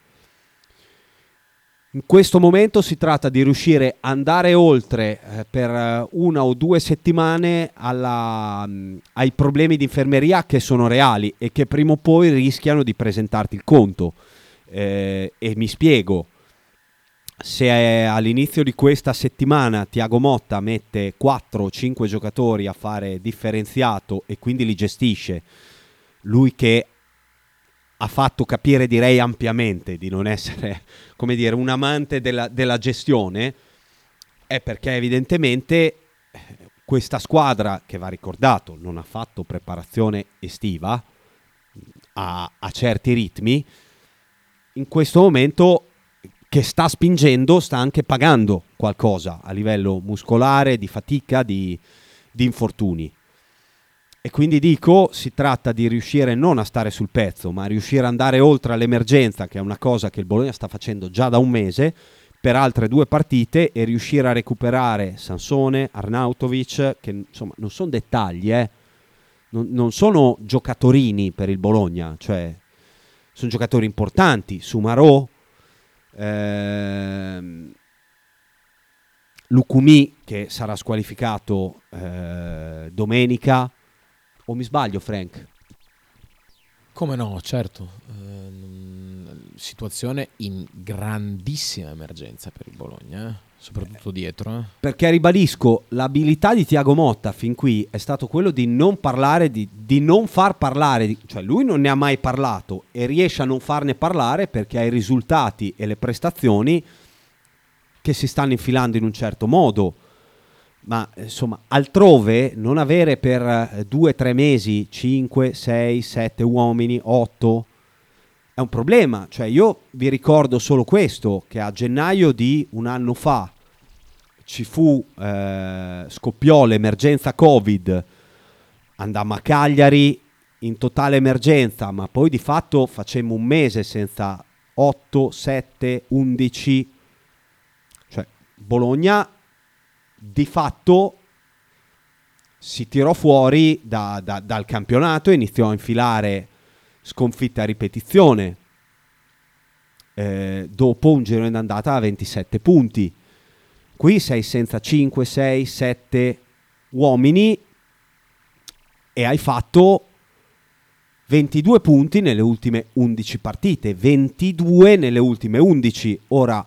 Speaker 3: In questo momento si tratta di riuscire ad andare oltre per 1 o 2 settimane ai problemi di infermeria, che sono reali e che prima o poi rischiano di presentarti il conto. E mi spiego: se all'inizio di questa settimana Thiago Motta mette 4 o 5 giocatori a fare differenziato e quindi li gestisce, lui che ha fatto capire, direi ampiamente, di non essere, come dire, un amante della gestione, è perché evidentemente questa squadra, che va ricordato non ha fatto preparazione estiva a certi ritmi, in questo momento che sta spingendo sta anche pagando qualcosa a livello muscolare, di fatica, di infortuni. E quindi dico, si tratta di riuscire non a stare sul pezzo, ma a riuscire ad andare oltre all'emergenza, che è una cosa che il Bologna sta facendo già da un mese, per altre 2 partite, e riuscire a recuperare Sansone, Arnautovic, che insomma non sono dettagli, non sono giocatorini per il Bologna, cioè sono giocatori importanti. Soumarò, Lukumi, che sarà squalificato domenica. O mi sbaglio, Frank?
Speaker 4: Come no, certo. Situazione in grandissima emergenza per il Bologna, soprattutto dietro.
Speaker 3: Perché ribadisco, l'abilità di Thiago Motta fin qui è stato quello di non parlare, di non far parlare, cioè lui non ne ha mai parlato e riesce a non farne parlare perché ha i risultati e le prestazioni che si stanno infilando in un certo modo. Ma insomma, altrove non avere per 2-3 mesi 5, 6, 7 uomini, 8 è un problema. Cioè io vi ricordo solo questo, che a gennaio di un anno fa ci fu scoppiò l'emergenza Covid, andammo a Cagliari in totale emergenza, ma poi di fatto facemmo un mese senza 8, 7, 11, cioè Bologna di fatto si tirò fuori dal campionato e iniziò a infilare sconfitte a ripetizione dopo un girone d'andata a 27 punti. Qui sei senza 5, 6, 7 uomini e hai fatto 22 punti nelle ultime 11 partite, 22 nelle ultime 11. Ora,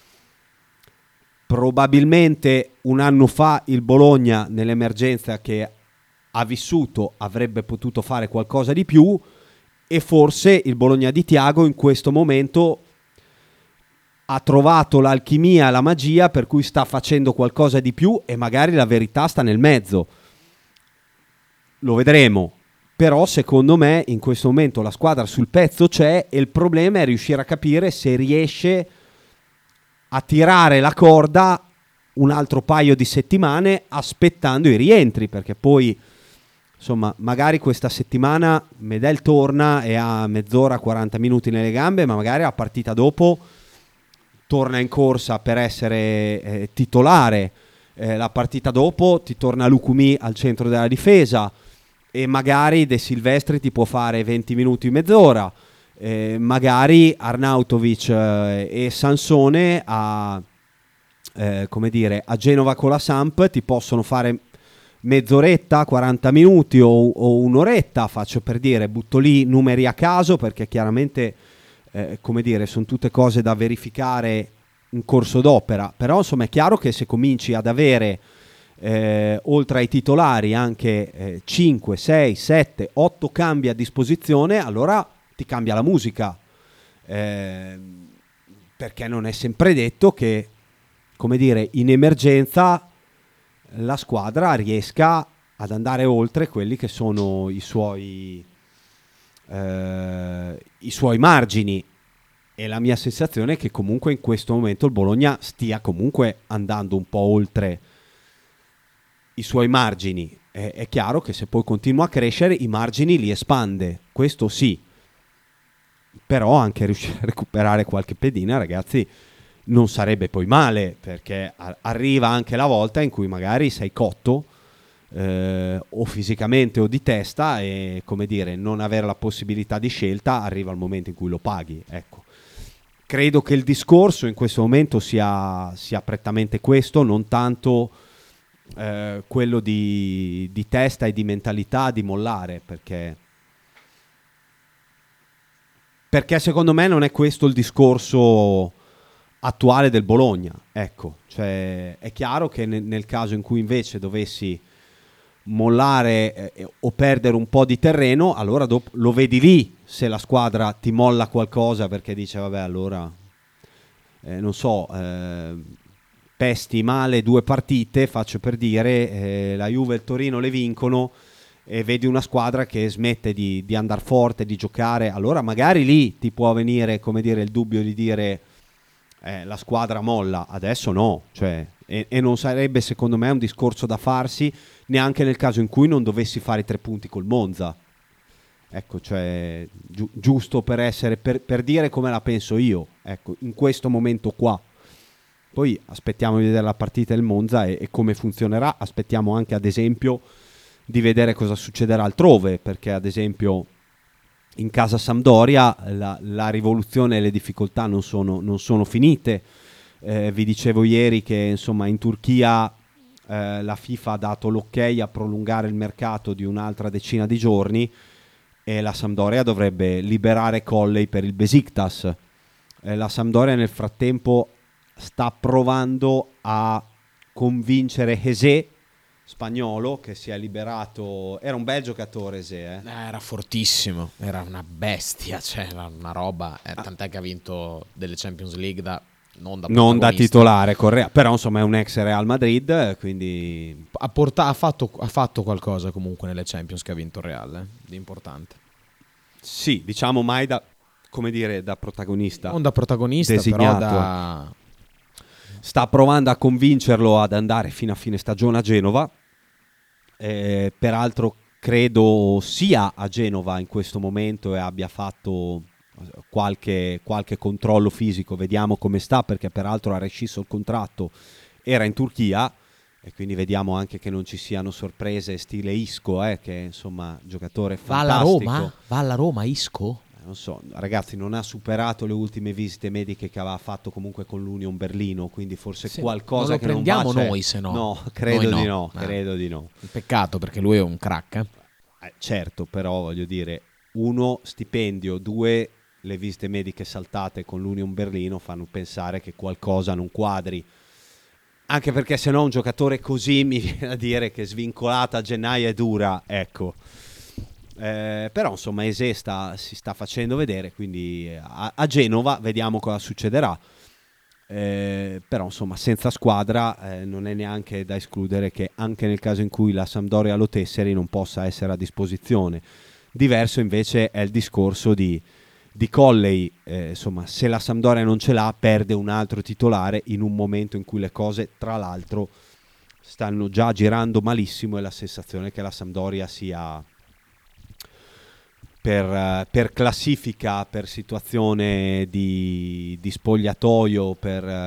Speaker 3: probabilmente un anno fa il Bologna nell'emergenza che ha vissuto avrebbe potuto fare qualcosa di più e forse il Bologna di Thiago in questo momento ha trovato l'alchimia, la magia per cui sta facendo qualcosa di più e magari la verità sta nel mezzo. Lo vedremo. Però secondo me in questo momento la squadra sul pezzo c'è e il problema è riuscire a capire se riesce a tirare la corda un altro paio di settimane aspettando i rientri, perché poi insomma magari questa settimana Medel torna e ha mezz'ora 40 minuti nelle gambe, ma magari la partita dopo torna in corsa per essere titolare, la partita dopo ti torna Lucumi al centro della difesa e magari De Silvestri ti può fare 20 minuti, mezz'ora. Magari Arnautovic e Sansone a Genova con la Samp ti possono fare mezz'oretta, 40 minuti o un'oretta, faccio per dire, butto lì numeri a caso perché chiaramente sono tutte cose da verificare in corso d'opera, però insomma è chiaro che se cominci ad avere oltre ai titolari anche 5, 6, 7, 8 cambi a disposizione, allora ti cambia la musica, perché non è sempre detto che, in emergenza la squadra riesca ad andare oltre quelli che sono i suoi margini, e la mia sensazione è che comunque in questo momento il Bologna stia comunque andando un po' oltre i suoi margini. È chiaro che se poi continua a crescere i margini li espande, questo sì, però anche riuscire a recuperare qualche pedina, ragazzi, non sarebbe poi male, perché arriva anche la volta in cui magari sei cotto o fisicamente o di testa e non avere la possibilità di scelta, arriva il momento in cui lo paghi, ecco. Credo che il discorso in questo momento sia prettamente questo, non tanto quello di testa e di mentalità di mollare, perché secondo me non è questo il discorso attuale del Bologna, ecco. Cioè, è chiaro che nel caso in cui invece dovessi mollare o perdere un po' di terreno, allora dopo lo vedi lì se la squadra ti molla qualcosa perché dice vabbè, allora pesti male 2 partite, faccio per dire, la Juve e il Torino le vincono e vedi una squadra che smette di andare forte, di giocare, allora magari lì ti può venire il dubbio di dire la squadra molla. Adesso no, cioè, e non sarebbe secondo me un discorso da farsi neanche nel caso in cui non dovessi fare i 3 punti col Monza, ecco, cioè giusto per dire come la penso io, ecco, in questo momento qua. Poi aspettiamo di vedere la partita del Monza e come funzionerà, aspettiamo anche ad esempio di vedere cosa succederà altrove, perché ad esempio in casa Sampdoria la rivoluzione e le difficoltà non sono finite. Vi dicevo ieri che insomma in Turchia la FIFA ha dato l'ok a prolungare il mercato di un'altra decina di giorni. e la Sampdoria dovrebbe liberare Colley per il Besiktas. La Sampdoria nel frattempo sta provando a convincere Eze, spagnolo, che si è liberato. Era un bel giocatore Eze,
Speaker 4: Era fortissimo, era una bestia, cioè una roba, tant'è che ha vinto delle Champions League non da
Speaker 3: titolare, però insomma è un ex Real Madrid, quindi
Speaker 4: ha fatto qualcosa comunque nelle Champions che ha vinto il Real, di importante.
Speaker 3: Sì, diciamo mai da protagonista.
Speaker 4: Non da protagonista,
Speaker 3: designato.
Speaker 4: Però
Speaker 3: sta provando a convincerlo ad andare fino a fine stagione a Genova. Peraltro credo sia a Genova in questo momento e abbia fatto qualche controllo fisico. Vediamo come sta, perché peraltro ha rescisso il contratto, era in Turchia, e quindi vediamo anche che non ci siano sorprese stile Isco, che insomma giocatore fantastico.
Speaker 4: Va alla Roma Isco?
Speaker 3: Non so, ragazzi, non ha superato le ultime visite mediche che aveva fatto comunque con l'Union Berlino, quindi forse qualcosa
Speaker 4: non
Speaker 3: che non va.
Speaker 4: Non lo prendiamo noi, se no.
Speaker 3: No, credo di no. Credo di no.
Speaker 4: Peccato, perché lui è un crack.
Speaker 3: Certo, però voglio dire, 1 stipendio, 2 le visite mediche saltate con l'Union Berlino fanno pensare che qualcosa non quadri. Anche perché se no un giocatore così mi viene a dire che svincolata a gennaio è dura, ecco. Però insomma Eze si sta facendo vedere, quindi a Genova vediamo cosa succederà. Però insomma senza squadra non è neanche da escludere che anche nel caso in cui la Sampdoria lo tesseri non possa essere a disposizione. Diverso invece è il discorso di Colley. Insomma, se la Sampdoria non ce l'ha, perde un altro titolare in un momento in cui le cose tra l'altro stanno già girando malissimo, e la sensazione che la Sampdoria sia per classifica, per situazione di spogliatoio,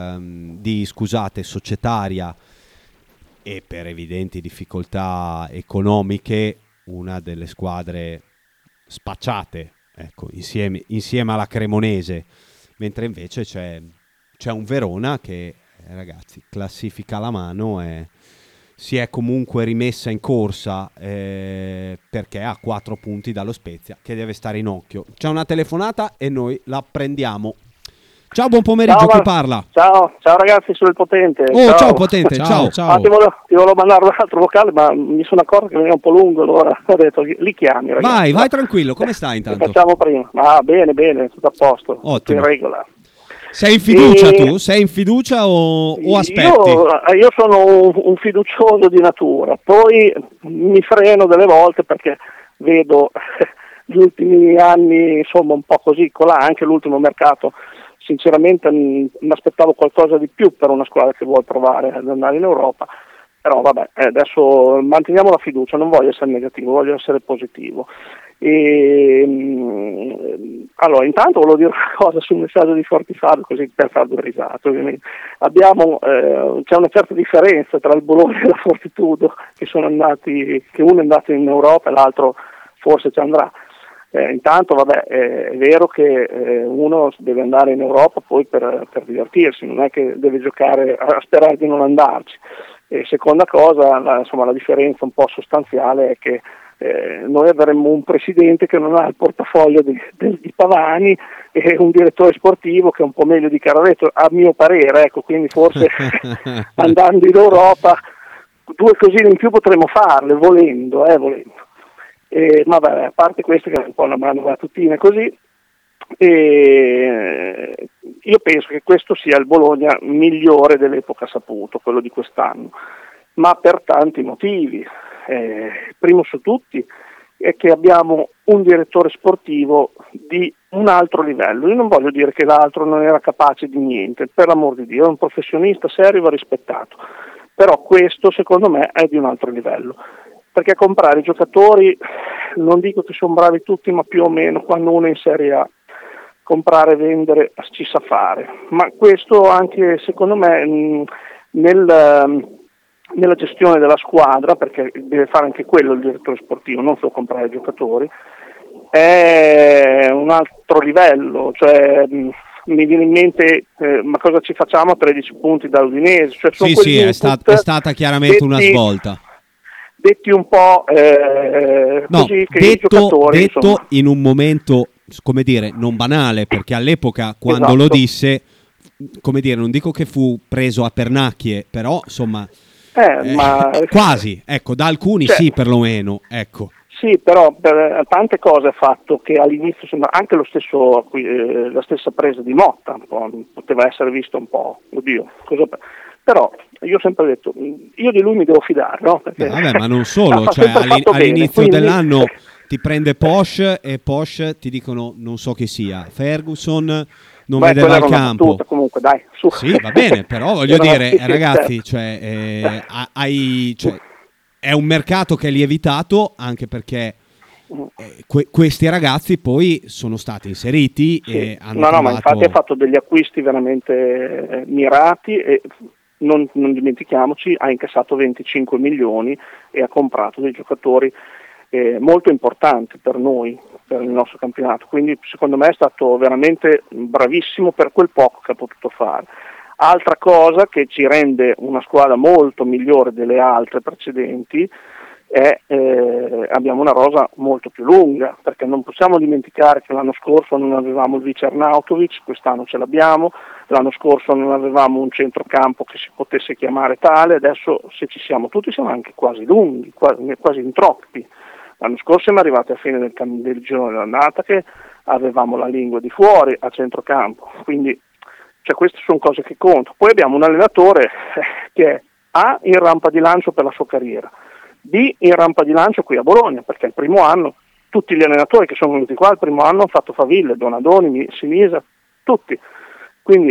Speaker 3: societaria, e per evidenti difficoltà economiche, una delle squadre spacciate, ecco, insieme alla Cremonese, mentre invece c'è un Verona che, ragazzi, classifica alla mano e si è comunque rimessa in corsa, perché ha 4 punti dallo Spezia, che deve stare in occhio. C'è una telefonata e noi la prendiamo. Ciao, buon pomeriggio, chi parla?
Speaker 12: Ciao ragazzi, sono il Potente.
Speaker 3: Ciao Potente, ciao.
Speaker 12: Ti volevo mandare un altro vocale, ma mi sono accorto che veniva un po' lungo, allora ho detto li chiami, ragazzi.
Speaker 3: Vai tranquillo, come stai intanto?
Speaker 12: Facciamo prima. Bene, tutto a posto.
Speaker 3: Ottimo.
Speaker 12: Tutto in regola.
Speaker 3: Sei in fiducia tu? Sei in fiducia o aspetti?
Speaker 12: Io sono un fiducioso di natura, poi mi freno delle volte perché vedo gli ultimi anni insomma un po' così, colà, anche l'ultimo mercato. Sinceramente mi aspettavo qualcosa di più per una squadra che vuole provare ad andare in Europa, però vabbè, adesso manteniamo la fiducia, non voglio essere negativo, voglio essere positivo. Allora, intanto volevo dire una cosa sul messaggio di Fortifado, così per far due risate. Ovviamente c'è una certa differenza tra il Bologna e la Fortitudo, che uno è andato in Europa e l'altro forse ci andrà. Intanto vabbè, è vero che uno deve andare in Europa poi per divertirsi, non è che deve giocare a sperare di non andarci. E seconda cosa, la differenza un po' sostanziale è che noi avremmo un presidente che non ha il portafoglio di Pavani e un direttore sportivo che è un po' meglio di Caravetto, a mio parere, ecco, quindi forse andando in Europa 2 cosine in più potremmo farle, volendo. Ma vabbè, a parte questo che è un po' una mano battutina così, io penso che questo sia il Bologna migliore dell'epoca Saputo, quello di quest'anno, ma per tanti motivi. Primo su tutti è che abbiamo un direttore sportivo di un altro livello. Io non voglio dire che l'altro non era capace di niente, per l'amor di Dio, è un professionista serio, va rispettato, però questo secondo me è di un altro livello, perché comprare i giocatori, non dico che sono bravi tutti, ma più o meno quando uno è in Serie A, comprare e vendere ci sa fare, ma questo anche secondo me nella gestione della squadra, perché deve fare anche quello il direttore sportivo, non solo comprare i giocatori, è un altro livello, cioè mi viene in mente ma cosa ci facciamo a 13 punti dall'Udinese? Cioè,
Speaker 3: sì, è stata chiaramente una svolta.
Speaker 12: detti un po'
Speaker 3: No,
Speaker 12: così, che i giocatori,
Speaker 3: detto
Speaker 12: insomma,
Speaker 3: in un momento, come dire, non banale, perché all'epoca quando
Speaker 12: Esatto.
Speaker 3: lo disse, come dire, non dico che fu preso a pernacchie, però insomma
Speaker 12: ma
Speaker 3: quasi, ecco, da alcuni
Speaker 12: Cioè,
Speaker 3: sì perlomeno, ecco.
Speaker 12: sì, però per tante cose ha fatto che all'inizio sembra anche lo stesso, la stessa presa di Motta un po', poteva essere visto un po', oddio, però io ho sempre detto, io di lui mi devo fidare, no? Perché
Speaker 3: Vabbè, ma non
Speaker 12: ha
Speaker 3: solo, cioè
Speaker 12: sempre fatto bene,
Speaker 3: all'inizio
Speaker 12: quindi-
Speaker 3: dell'anno ti prende Porsche e Porsche ti dicono non so chi sia, Ferguson non
Speaker 12: Beh,
Speaker 3: vedeva
Speaker 12: quella
Speaker 3: il
Speaker 12: era una
Speaker 3: campo.
Speaker 12: battuta, comunque, dai, su.
Speaker 3: Sì, va bene, però voglio
Speaker 12: Era una-
Speaker 3: dire,
Speaker 12: sì, sì,
Speaker 3: ragazzi,
Speaker 12: certo.
Speaker 3: cioè, cioè, è un mercato che è lievitato anche perché questi ragazzi poi sono stati inseriti e hanno
Speaker 12: No, ma
Speaker 3: trovato...
Speaker 12: infatti ha fatto degli acquisti veramente mirati e non dimentichiamoci, ha incassato 25 milioni e ha comprato dei giocatori molto importanti per noi, per il nostro campionato, quindi secondo me è stato veramente bravissimo per quel poco che ha potuto fare. Altra cosa che ci rende una squadra molto migliore delle altre precedenti è abbiamo una rosa molto più lunga, perché non possiamo dimenticare che l'anno scorso non avevamo il vice Arnautovic, quest'anno ce l'abbiamo, l'anno scorso non avevamo un centrocampo che si potesse chiamare tale, adesso se ci siamo tutti siamo anche quasi lunghi, quasi in troppi. L'anno scorso siamo arrivati a fine del girone dell'andata che avevamo la lingua di fuori a centrocampo, quindi cioè, queste sono cose che contano. Poi abbiamo un allenatore che è A in rampa di lancio per la sua carriera, B in rampa di lancio qui a Bologna, perché il primo anno tutti gli allenatori che sono venuti qua il primo anno hanno fatto faville, Donadoni, Sinisa, tutti. Quindi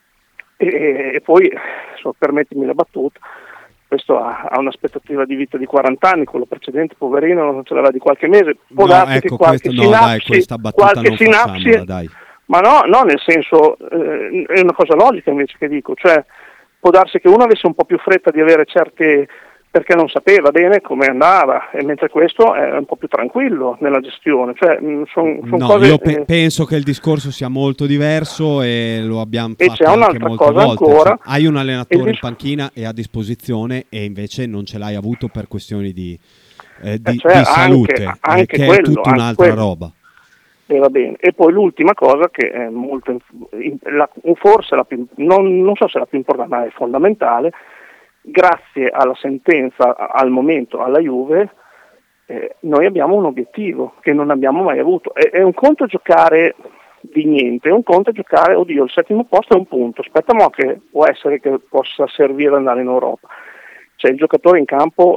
Speaker 12: e poi, permettimi la battuta, questo ha un'aspettativa di vita di 40 anni, quello precedente poverino non ce l'aveva di qualche mese, può darsi che qualche sinapsi,
Speaker 3: questa battuta non facciamola, dai.
Speaker 12: Ma no, nel senso è una cosa logica invece che dico, cioè può darsi che uno avesse un po' più fretta di avere certe, perché non sapeva bene come andava, e mentre questo è un po' più tranquillo nella gestione, cioè son
Speaker 3: No,
Speaker 12: cose,
Speaker 3: io penso che il discorso sia molto diverso e lo abbiamo
Speaker 12: E
Speaker 3: fatto
Speaker 12: c'è
Speaker 3: anche
Speaker 12: un'altra
Speaker 3: molte
Speaker 12: cosa
Speaker 3: volte.
Speaker 12: ancora.
Speaker 3: Cioè, hai un allenatore
Speaker 12: Il
Speaker 3: in panchina e a disposizione e invece non ce l'hai avuto per questioni di salute,
Speaker 12: anche
Speaker 3: che
Speaker 12: quello,
Speaker 3: è tutta
Speaker 12: anche
Speaker 3: un'altra
Speaker 12: quello.
Speaker 3: roba.
Speaker 12: E va bene. E poi l'ultima cosa che è molto, forse la più, non so se la più importante, ma è fondamentale, grazie alla sentenza al momento alla Juve, noi abbiamo un obiettivo che non abbiamo mai avuto. È un conto giocare di niente, è un conto giocare, oddio, il 7° posto è un punto, aspetta mo che può essere che possa servire ad andare in Europa. Cioè il giocatore in campo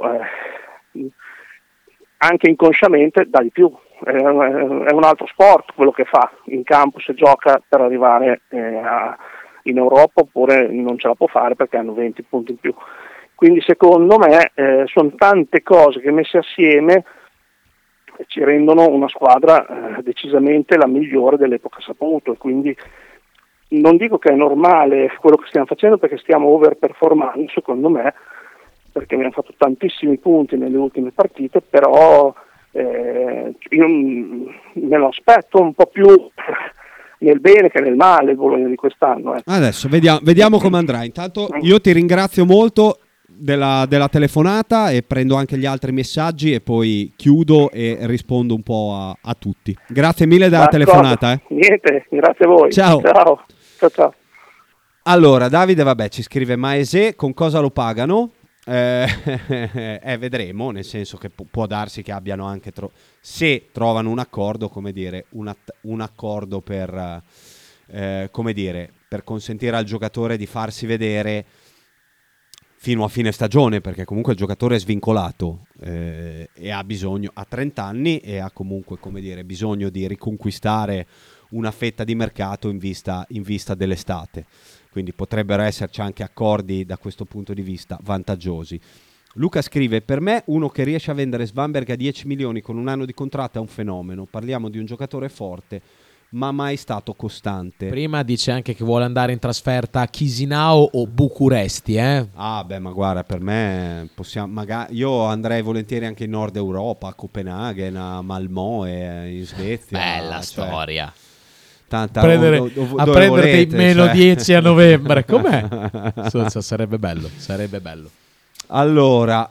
Speaker 12: anche inconsciamente dà di più. È un altro sport quello che fa in campo, se gioca per arrivare in Europa, oppure non ce la può fare perché hanno 20 punti in più. Quindi secondo me sono tante cose che messe assieme ci rendono una squadra decisamente la migliore dell'epoca Saputo, e quindi non dico che è normale quello che stiamo facendo perché stiamo overperformando secondo me, perché abbiamo fatto tantissimi punti nelle ultime partite, però io me lo aspetto un po' più nel bene che nel male il Bologna di quest'anno.
Speaker 3: Adesso vediamo come andrà. Intanto io ti ringrazio molto della telefonata e prendo anche gli altri messaggi e poi chiudo e rispondo un po' a tutti. Grazie mille della telefonata.
Speaker 12: Niente, grazie a voi.
Speaker 3: Ciao.
Speaker 12: Ciao.
Speaker 3: Allora, Davide, vabbè, ci scrive Maese, con cosa lo pagano? Vedremo, nel senso che può darsi che abbiano anche se trovano un accordo, come dire, un accordo per come dire, per consentire al giocatore di farsi vedere fino a fine stagione, perché comunque il giocatore è svincolato e ha bisogno, ha 30 anni e ha comunque, come dire, bisogno di riconquistare una fetta di mercato in vista dell'estate. Quindi potrebbero esserci anche accordi da questo punto di vista vantaggiosi. Luca scrive: per me uno che riesce a vendere Svanberg a 10 milioni con un anno di contratto è un fenomeno. Parliamo di un giocatore forte ma mai stato costante.
Speaker 4: Prima dice anche che vuole andare in trasferta a Chisinau o Bucuresti,
Speaker 3: Ah beh, ma guarda, per me io andrei volentieri anche in Nord Europa, a Copenaghen, a Malmö e in Svezia.
Speaker 4: Bella storia.
Speaker 3: Prendere
Speaker 4: dei meno 10 a novembre, com'è? Sarebbe bello.
Speaker 3: Allora,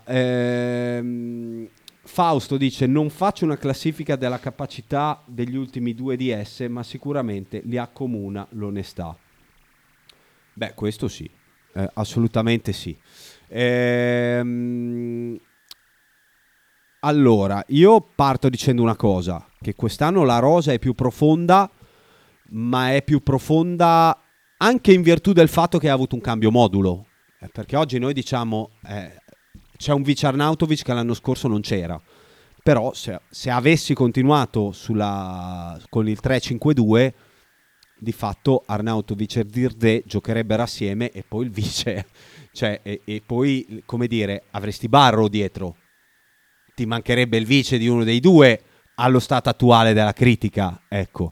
Speaker 3: Fausto dice: non faccio una classifica della capacità degli ultimi 2 DS, ma sicuramente li accomuna l'onestà. Beh, questo sì, assolutamente sì. Allora, io parto dicendo una cosa, che quest'anno la rosa è più profonda, ma è più profonda anche in virtù del fatto che ha avuto un cambio modulo, perché oggi noi diciamo c'è un Vice Arnautovic che l'anno scorso non c'era, però se avessi continuato con il 3-5-2, di fatto Arnautovic e Zirkzee giocherebbero assieme e poi il vice, cioè, e poi, come dire, avresti Barro dietro, ti mancherebbe il vice di uno dei due allo stato attuale della critica, ecco.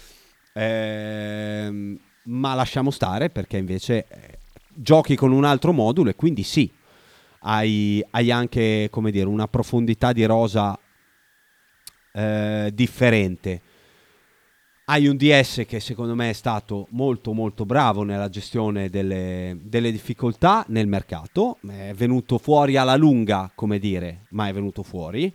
Speaker 3: Ma lasciamo stare, perché invece giochi con un altro modulo e quindi sì, hai anche, come dire, una profondità di rosa differente. Hai un DS che secondo me è stato molto molto bravo nella gestione delle difficoltà nel mercato, è venuto fuori alla lunga, come dire, ma è venuto fuori.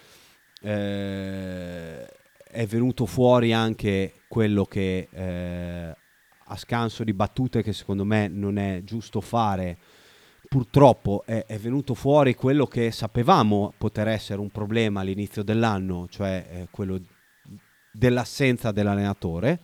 Speaker 3: È venuto fuori anche quello che a scanso di battute, che secondo me non è giusto fare, purtroppo è venuto fuori quello che sapevamo poter essere un problema all'inizio dell'anno, cioè quello dell'assenza dell'allenatore,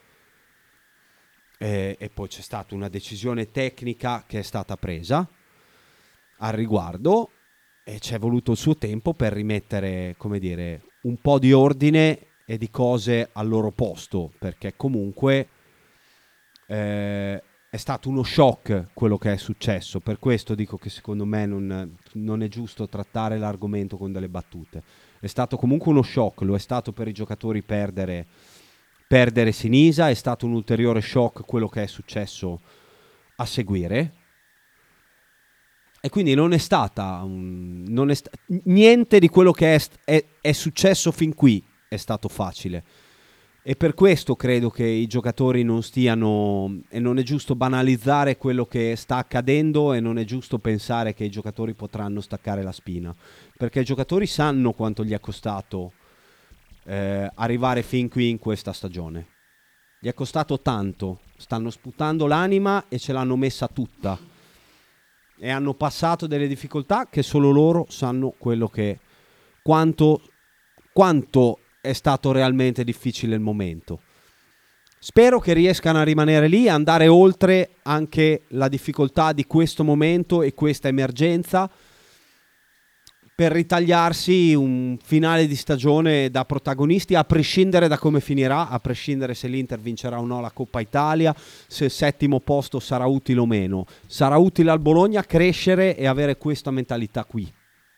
Speaker 3: e poi c'è stata una decisione tecnica che è stata presa al riguardo e ci è voluto il suo tempo per rimettere, come dire, un po' di ordine e di cose al loro posto, perché comunque è stato uno shock quello che è successo. Per questo dico che secondo me non è giusto trattare l'argomento con delle battute. È stato comunque uno shock, lo è stato per i giocatori perdere Sinisa, è stato un ulteriore shock quello che è successo a seguire, e quindi non è stata niente di quello che è successo fin qui è stato facile, e per questo credo che i giocatori non stiano, e non è giusto banalizzare quello che sta accadendo, e non è giusto pensare che i giocatori potranno staccare la spina, perché i giocatori sanno quanto gli è costato arrivare fin qui in questa stagione. Gli è costato tanto, stanno sputando l'anima e ce l'hanno messa tutta, e hanno passato delle difficoltà che solo loro sanno quello che quanto è stato realmente difficile il momento. Spero che riescano a rimanere lì, andare oltre anche la difficoltà di questo momento e questa emergenza, per ritagliarsi un finale di stagione da protagonisti, a prescindere da come finirà, a prescindere se l'Inter vincerà o no la Coppa Italia, se il 7° posto sarà utile o meno. Sarà utile al Bologna crescere e avere questa mentalità qui,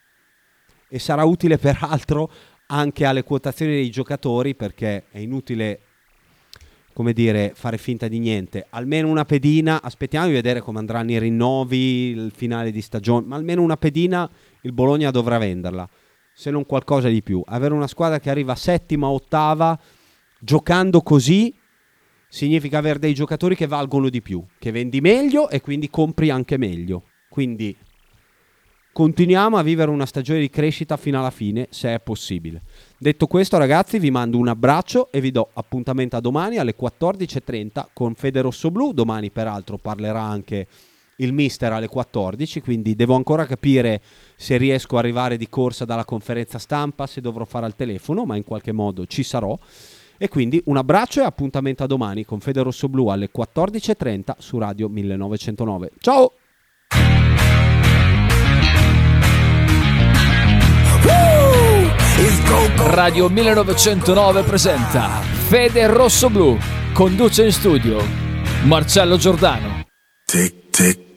Speaker 3: e sarà utile peraltro anche alle quotazioni dei giocatori, perché è inutile, come dire, fare finta di niente. Almeno una pedina, aspettiamo di vedere come andranno i rinnovi, il finale di stagione, ma almeno una pedina il Bologna dovrà venderla, se non qualcosa di più. Avere una squadra che arriva 7ª, 8ª giocando così significa avere dei giocatori che valgono di più, che vendi meglio e quindi compri anche meglio. Quindi continuiamo a vivere una stagione di crescita fino alla fine, se è possibile. Detto questo, ragazzi, vi mando un abbraccio e vi do appuntamento a domani alle 14:30 con Fede Rossoblu. Domani peraltro parlerà anche il mister alle 14, quindi devo ancora capire se riesco a arrivare di corsa dalla conferenza stampa, se dovrò fare al telefono, ma in qualche modo ci sarò. E quindi un abbraccio e appuntamento a domani con Fede Rossoblu alle 14:30 su Radio 1909. Ciao!
Speaker 1: Radio 1909 presenta Fede Rossoblu. Conduce in studio Marcello Giordano.
Speaker 2: Tic, tic.